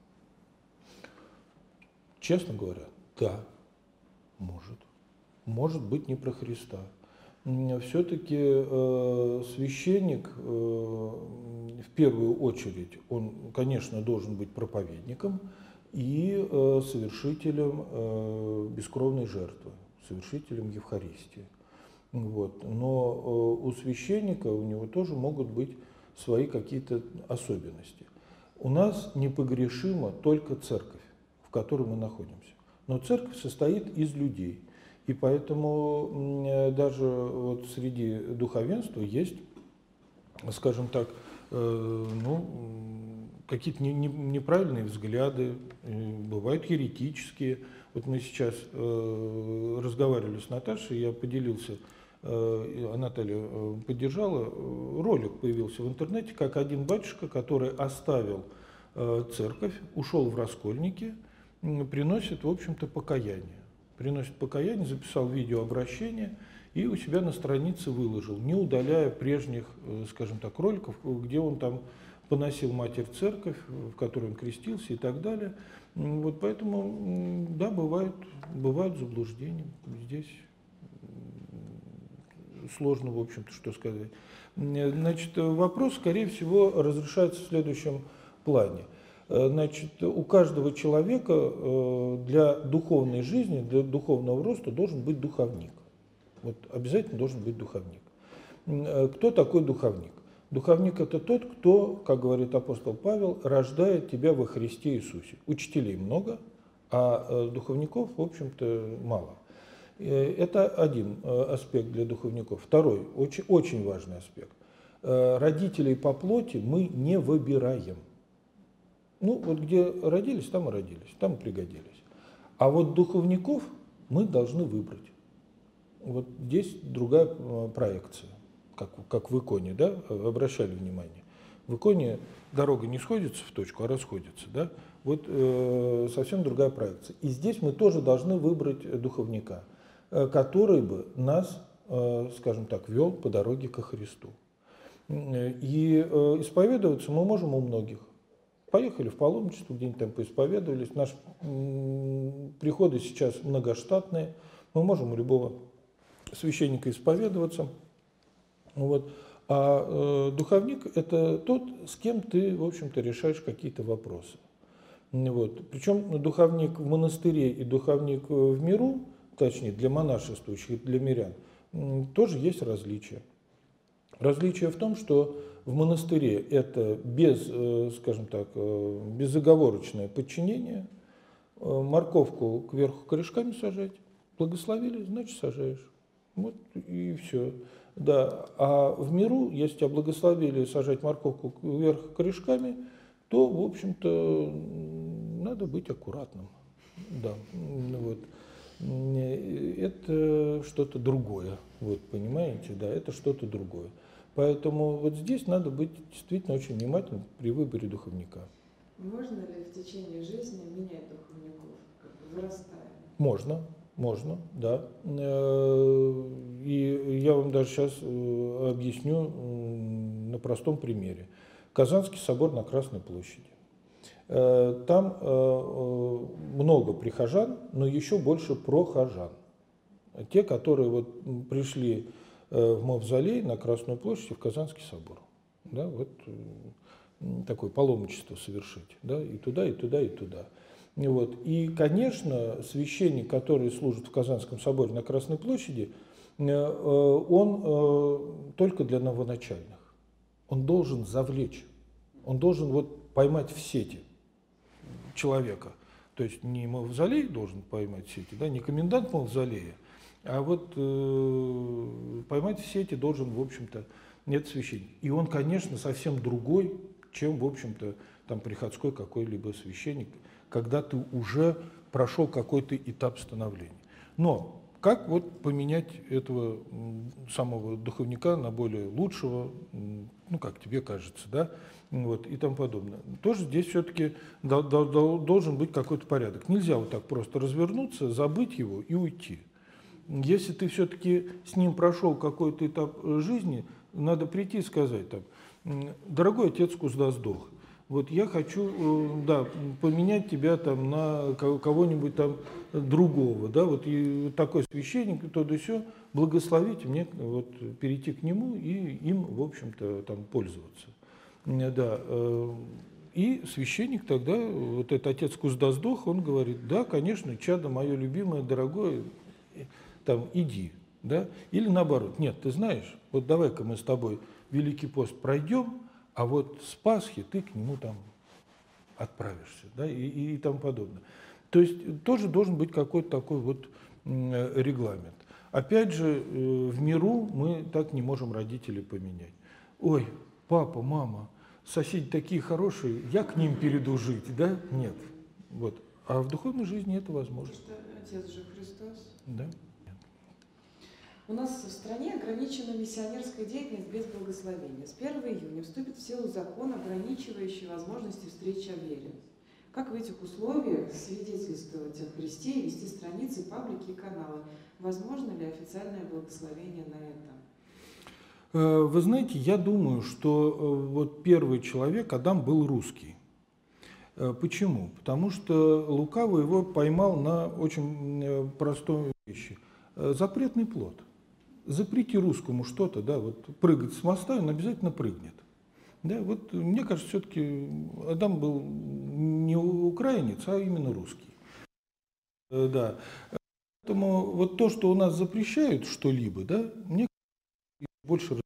Честно говоря, да, может. Может быть не про Христа. Все-таки священник, в первую очередь, он, конечно, должен быть проповедником и совершителем бескровной жертвы, совершителем Евхаристии. Вот. Но у священника у него тоже могут быть свои какие-то особенности. У нас непогрешима только церковь, в которой мы находимся. Но церковь состоит из людей. И поэтому даже вот среди духовенства есть, скажем так, ну, какие-то неправильные взгляды, бывают еретические. Вот мы сейчас разговаривали с Наташей, я поделился, а Наталья поддержала, ролик появился в интернете, как один батюшка, который оставил церковь, ушел в раскольники, приносит, в общем-то, покаяние. Приносит покаяние, записал видеообращение и у себя на странице выложил, не удаляя прежних, скажем так, роликов, где он там поносил Матерь Церковь, в которой он крестился и так далее. Вот поэтому, да, бывают заблуждения. Здесь сложно, в общем-то, что сказать. Значит, вопрос, скорее всего, разрешается в следующем плане. Значит, у каждого человека для духовной жизни, для духовного роста должен быть духовник. Вот обязательно должен быть духовник. Кто такой духовник? Духовник – это тот, кто, как говорит апостол Павел, рождает тебя во Христе Иисусе. Учителей много, а духовников, в общем-то, мало. Это один аспект для духовников. Второй, очень, очень важный аспект. Родителей по плоти мы не выбираем. Ну, вот где родились, там и родились, там и пригодились. А вот духовников мы должны выбрать. Вот здесь другая проекция, как в иконе, да, обращали внимание. В иконе дорога не сходится в точку, а расходится, да. Вот совсем другая проекция. И здесь мы тоже должны выбрать духовника, который бы нас, скажем так, вел по дороге ко Христу. И исповедоваться мы можем у многих. Поехали в паломничество, где-нибудь там поисповедовались. Наши приходы сейчас многоштатные. Мы можем у любого священника исповедоваться. Вот. А духовник – это тот, с кем ты, в общем-то, решаешь какие-то вопросы. Вот. Причем духовник в монастыре и духовник в миру, точнее, для монашествующих, для мирян, тоже есть различия. Различие в том, что в монастыре это скажем так, безоговорочное подчинение, морковку кверху корешками сажать, благословили, значит сажаешь. Вот и все. Да. А в миру, если тебя благословили сажать морковку кверху корешками, то, в общем-то, надо быть аккуратным. Да. Вот. Это что-то другое. Вот, понимаете, да, это что-то другое. Поэтому вот здесь надо быть действительно очень внимательным при выборе духовника. Можно ли в течение жизни менять духовников, вырастая? Можно, да. И я вам даже сейчас объясню на простом примере. Казанский собор на Красной площади. Там много прихожан, но еще больше прохожан. Те, которые вот пришли в мавзолей на Красную площадь, в Казанский собор. Да, вот такое паломничество совершить. Да, и туда, и туда, и туда. Вот. И, конечно, священник, который служит в Казанском соборе на Красной площади, он только для новоначальных. Он должен завлечь. Он должен вот поймать в сети человека. То есть не мавзолей должен поймать в сети, да, не комендант мавзолея, а вот поймать в сети должен, в общем-то, нет священник. И он, конечно, совсем другой, чем, в общем-то, там приходской какой-либо священник, когда ты уже прошел какой-то этап становления. Но как вот поменять этого самого духовника на более лучшего, ну, как тебе кажется, да, вот, и тому подобное. Тоже здесь все-таки должен быть какой-то порядок. Нельзя вот так просто развернуться, забыть его и уйти. Если ты все-таки с ним прошел какой-то этап жизни, надо прийти и сказать там: дорогой отец Куздасдох, вот я хочу, да, поменять тебя там на кого-нибудь там другого, да, вот и такой священник, то да сё, благословите мне вот перейти к нему и им, в общем-то, там пользоваться. Да. И священник тогда, вот этот отец Куздасдох, он говорит: да, конечно, чадо мое любимое, дорогое, там, иди, да, или наоборот: нет, ты знаешь, вот давай-ка мы с тобой Великий пост пройдем, а вот с Пасхи ты к нему там отправишься, да, и тому подобное. То есть тоже должен быть какой-то такой вот регламент. Опять же, в миру мы так не можем родителей поменять. Ой, папа, мама, соседи такие хорошие, я к ним перейду жить, да? Нет. Вот. А в духовной жизни это возможно. Потому что Отец же Христос. Да. У нас в стране ограничена миссионерская деятельность без благословения. С 1 июня вступит в силу закон, ограничивающий возможности встречи о вере. Как в этих условиях свидетельствовать о Христе и вести страницы, паблики и каналы? Возможно ли официальное благословение на это? Вы знаете, я думаю, что вот первый человек, Адам, был русский. Почему? Потому что лукавый его поймал на очень простой вещи. Запретный плод. Запрети русскому что-то, да, вот прыгать с моста, он обязательно прыгнет. Да, вот мне кажется, все-таки Адам был не украинец, а именно русский. Да. Поэтому вот то, что у нас запрещают что-либо, да, мне больше,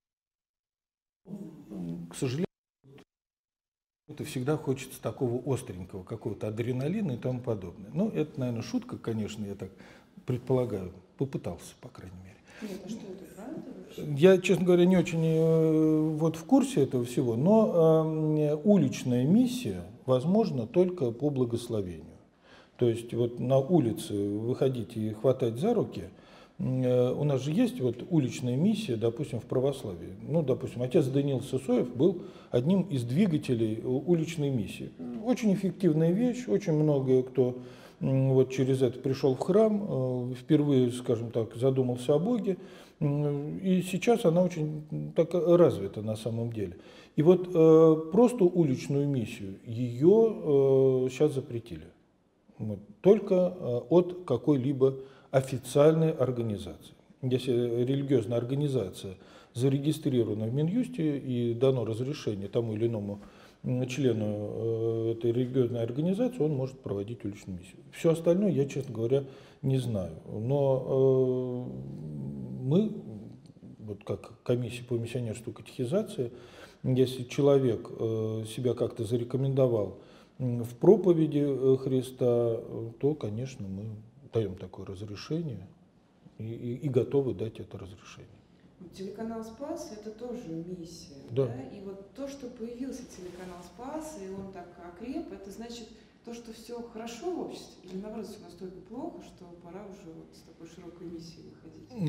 к сожалению, это всегда хочется такого остренького, какого-то адреналина и тому подобное. Ну, это, наверное, шутка, конечно, я так предполагаю, попытался, по крайней мере. Нет, а что это, правда вообще? Я, честно говоря, не очень вот в курсе этого всего, но уличная миссия возможна только по благословению. То есть вот на улице выходить и хватать за руки, у нас же есть вот уличная миссия, допустим, в православии. Ну, допустим, отец Даниил Сысоев был одним из двигателей уличной миссии. Очень эффективная вещь, очень много кто вот через это пришел в храм, впервые, скажем так, задумался о Боге, и сейчас она очень так развита на самом деле. И вот просто уличную миссию, ее сейчас запретили. Вот, только от какой-либо официальной организации. Если религиозная организация зарегистрирована в Минюсте и дано разрешение тому или иному члену этой религиозной организации, он может проводить уличную миссию. Все остальное я, честно говоря, не знаю. Но мы, вот как комиссия по миссионерству и катехизации, если человек себя как-то зарекомендовал в проповеди Христа, то, конечно, мы даем такое разрешение и готовы дать это разрешение. Телеканал «Спас» — это тоже миссия. Да. Да? И вот то, что появился телеканал «Спас», и он так окреп, это значит то, что все хорошо в обществе, или наоборот, все настолько плохо, что пора уже вот с такой широкой миссией выходить?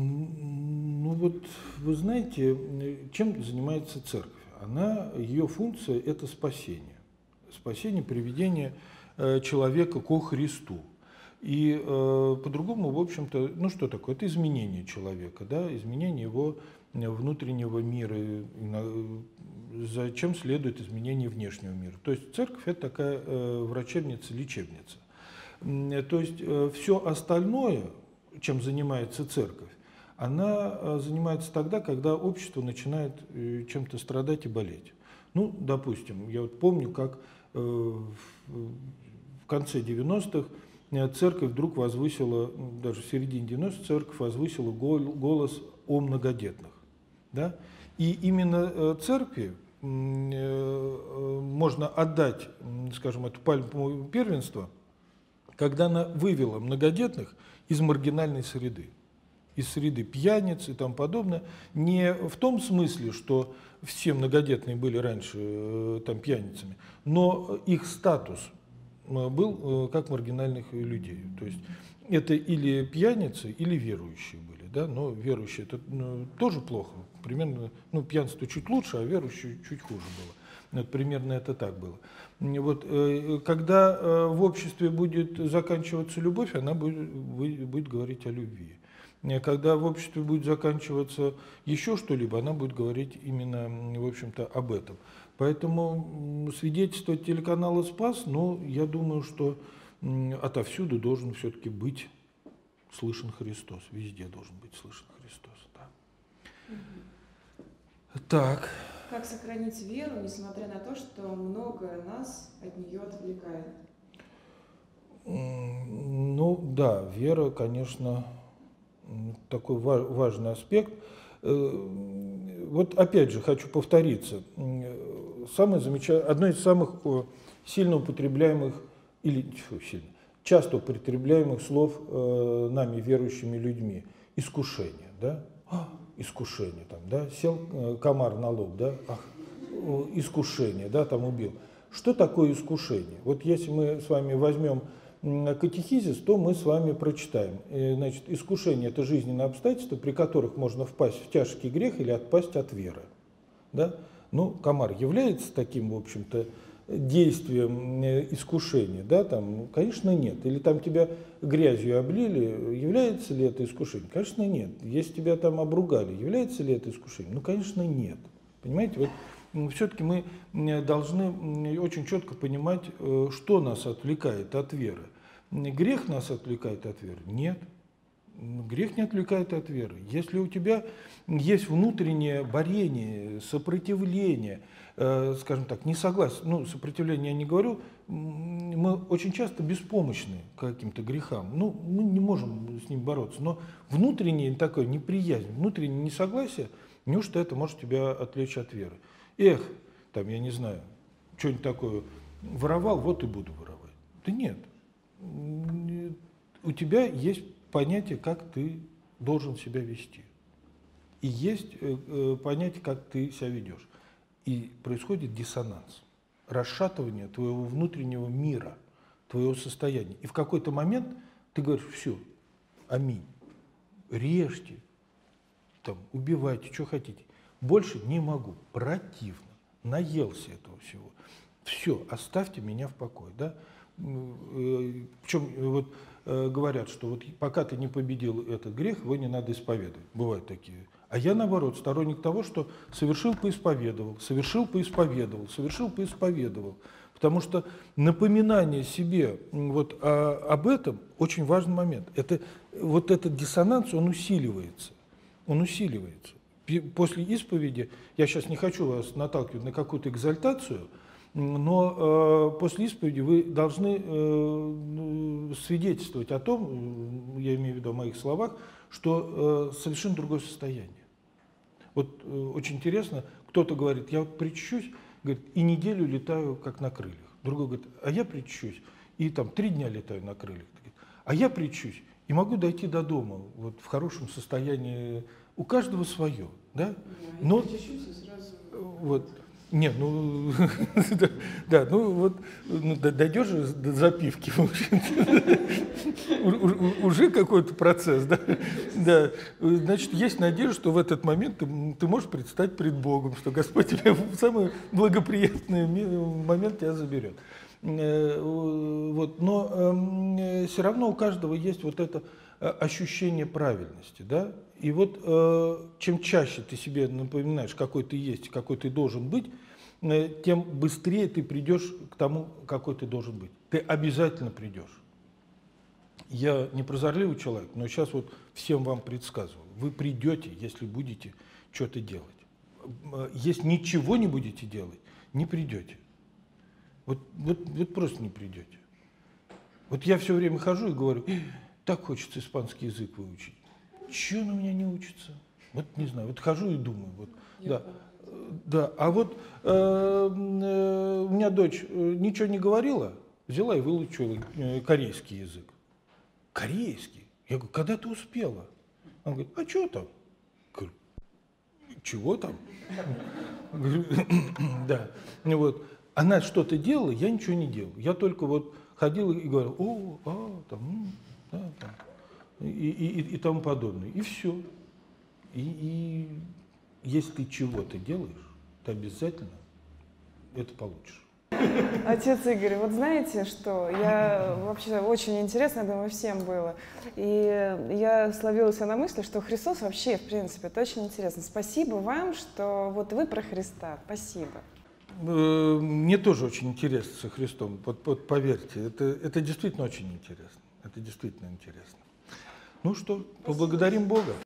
Ну вот, вы знаете, чем занимается церковь? Ее функция – это спасение. Спасение, приведение человека ко Христу. И по-другому, в общем-то, ну что такое? Это изменение человека, да? Изменение его внутреннего мира. Зачем следует изменение внешнего мира? То есть церковь – это такая врачебница, лечебница. То есть все остальное, чем занимается церковь, она занимается тогда, когда общество начинает чем-то страдать и болеть. Ну, допустим, я вот помню, как в конце 90-х церковь вдруг возвысила, даже в середине 90-х церковь возвысила голос о многодетных. Да? И именно церкви можно отдать, скажем, эту пальму первенства, когда она вывела многодетных из маргинальной среды, из среды пьяниц и тому подобное, не в том смысле, что все многодетные были раньше там пьяницами, но их статус был как маргинальных людей. То есть это или пьяницы, или верующие были. Да? Но верующие это тоже плохо. Примерно, пьянство чуть лучше, а верующие чуть хуже было. Вот, примерно это так было. Вот, когда в обществе будет заканчиваться любовь, она будет говорить о любви. Когда в обществе будет заканчиваться еще что-либо, она будет говорить именно, в общем-то, об этом. Поэтому свидетельство телеканала «Спас», я думаю, что отовсюду должен все-таки быть слышен Христос. Везде должен быть слышен Христос. Да. Так. Как сохранить веру, несмотря на то, что многое нас от нее отвлекает? Да, вера, конечно, такой важный аспект. Вот опять же хочу повториться. Одно из самых сильно употребляемых, часто употребляемых слов нами, верующими людьми – искушение. Да? Искушение, там, да? Сел комар на лоб, да? Искушение, да, там убил. Что такое искушение? Вот если мы с вами возьмем катехизис, то мы с вами прочитаем. Значит, искушение – это жизненные обстоятельства, при которых можно впасть в тяжкий грех или отпасть от веры. Да? Комар является таким, в общем-то, действием искушения? Да? Там, конечно, нет. Или там тебя грязью облили, является ли это искушением? Конечно, нет. Если тебя там обругали, является ли это искушением? Конечно, нет. Понимаете, вот все-таки мы должны очень четко понимать, что нас отвлекает от веры. Грех нас отвлекает от веры? Нет. Грех не отвлекает от веры. Если у тебя есть внутреннее борение, сопротивление, скажем так, несогласие, ну, сопротивление я не говорю, мы очень часто беспомощны к каким-то грехам. Ну, мы не можем с ним бороться. Но внутреннее такое неприязнь, внутреннее несогласие, неужто это может тебя отвлечь от веры? Эх, там, я не знаю, что-нибудь такое воровал, вот и буду воровать. Да нет. У тебя есть понятие, как ты должен себя вести. И есть понятие, как ты себя ведешь. И происходит диссонанс, расшатывание твоего внутреннего мира, твоего состояния. И в какой-то момент ты говоришь: все, аминь, режьте, там, убивайте, что хотите. Больше не могу, противно, наелся этого всего. Все, оставьте меня в покое. Да? Причем вот говорят, что вот пока ты не победил этот грех, его не надо исповедовать. Бывают такие. А я, наоборот, сторонник того, что совершил, поисповедовал, совершил, поисповедовал, совершил, поисповедовал. Потому что напоминание себе вот об этом очень важный момент. Это, вот этот диссонанс, он усиливается. Он усиливается. После исповеди, я сейчас не хочу вас наталкивать на какую-то экзальтацию, но после исповеди вы должны свидетельствовать о том, я имею в виду о моих словах, что совершенно другое состояние. Вот очень интересно, кто-то говорит: я вот причащусь, говорит, и неделю летаю как на крыльях. Другой говорит: а я причащусь, и там 3 дня летаю на крыльях. А я причащусь, и могу дойти до дома вот, в хорошем состоянии. У каждого свое, да? Но причащусь и сразу... вот. Нет, ну, да, ну вот, дойдешь же до запивки, уже какой-то процесс, да, значит, есть надежда, что в этот момент ты можешь предстать пред Богом, что Господь тебя в самый благоприятный момент тебя заберет. Вот, но все равно у каждого есть вот это ощущение правильности, да, и вот чем чаще ты себе напоминаешь, какой ты есть, какой ты должен быть, тем быстрее ты придешь к тому, какой ты должен быть. Ты обязательно придешь. Я не прозорливый человек, но сейчас вот всем вам предсказываю. Вы придете, если будете что-то делать. Если ничего не будете делать, не придете. Вот просто не придете. Вот я все время хожу и говорю: так хочется испанский язык выучить. Чего он у меня не учится? Вот не знаю, вот хожу и думаю. Вот, да. А вот у меня дочь ничего не говорила, взяла и выучила корейский язык. Корейский? Я говорю: когда ты успела? Она говорит: а что там? Говорю: чего там? Говорю: да. Вот. Она что-то делала, я ничего не делал. Я только вот ходил и говорил: там, да, там. И тому подобное. И все. И если ты чего-то делаешь, ты обязательно это получишь. Отец Игорь, вот знаете что, я вообще очень интересно, я думаю, всем было. И я словила себя на мысли, что Христос вообще, в принципе, это очень интересно. Спасибо вам, что вот вы про Христа. Спасибо. Мне тоже очень интересно со Христом, вот поверьте, это действительно очень интересно. Это действительно интересно. Ну что, поблагодарим Бога.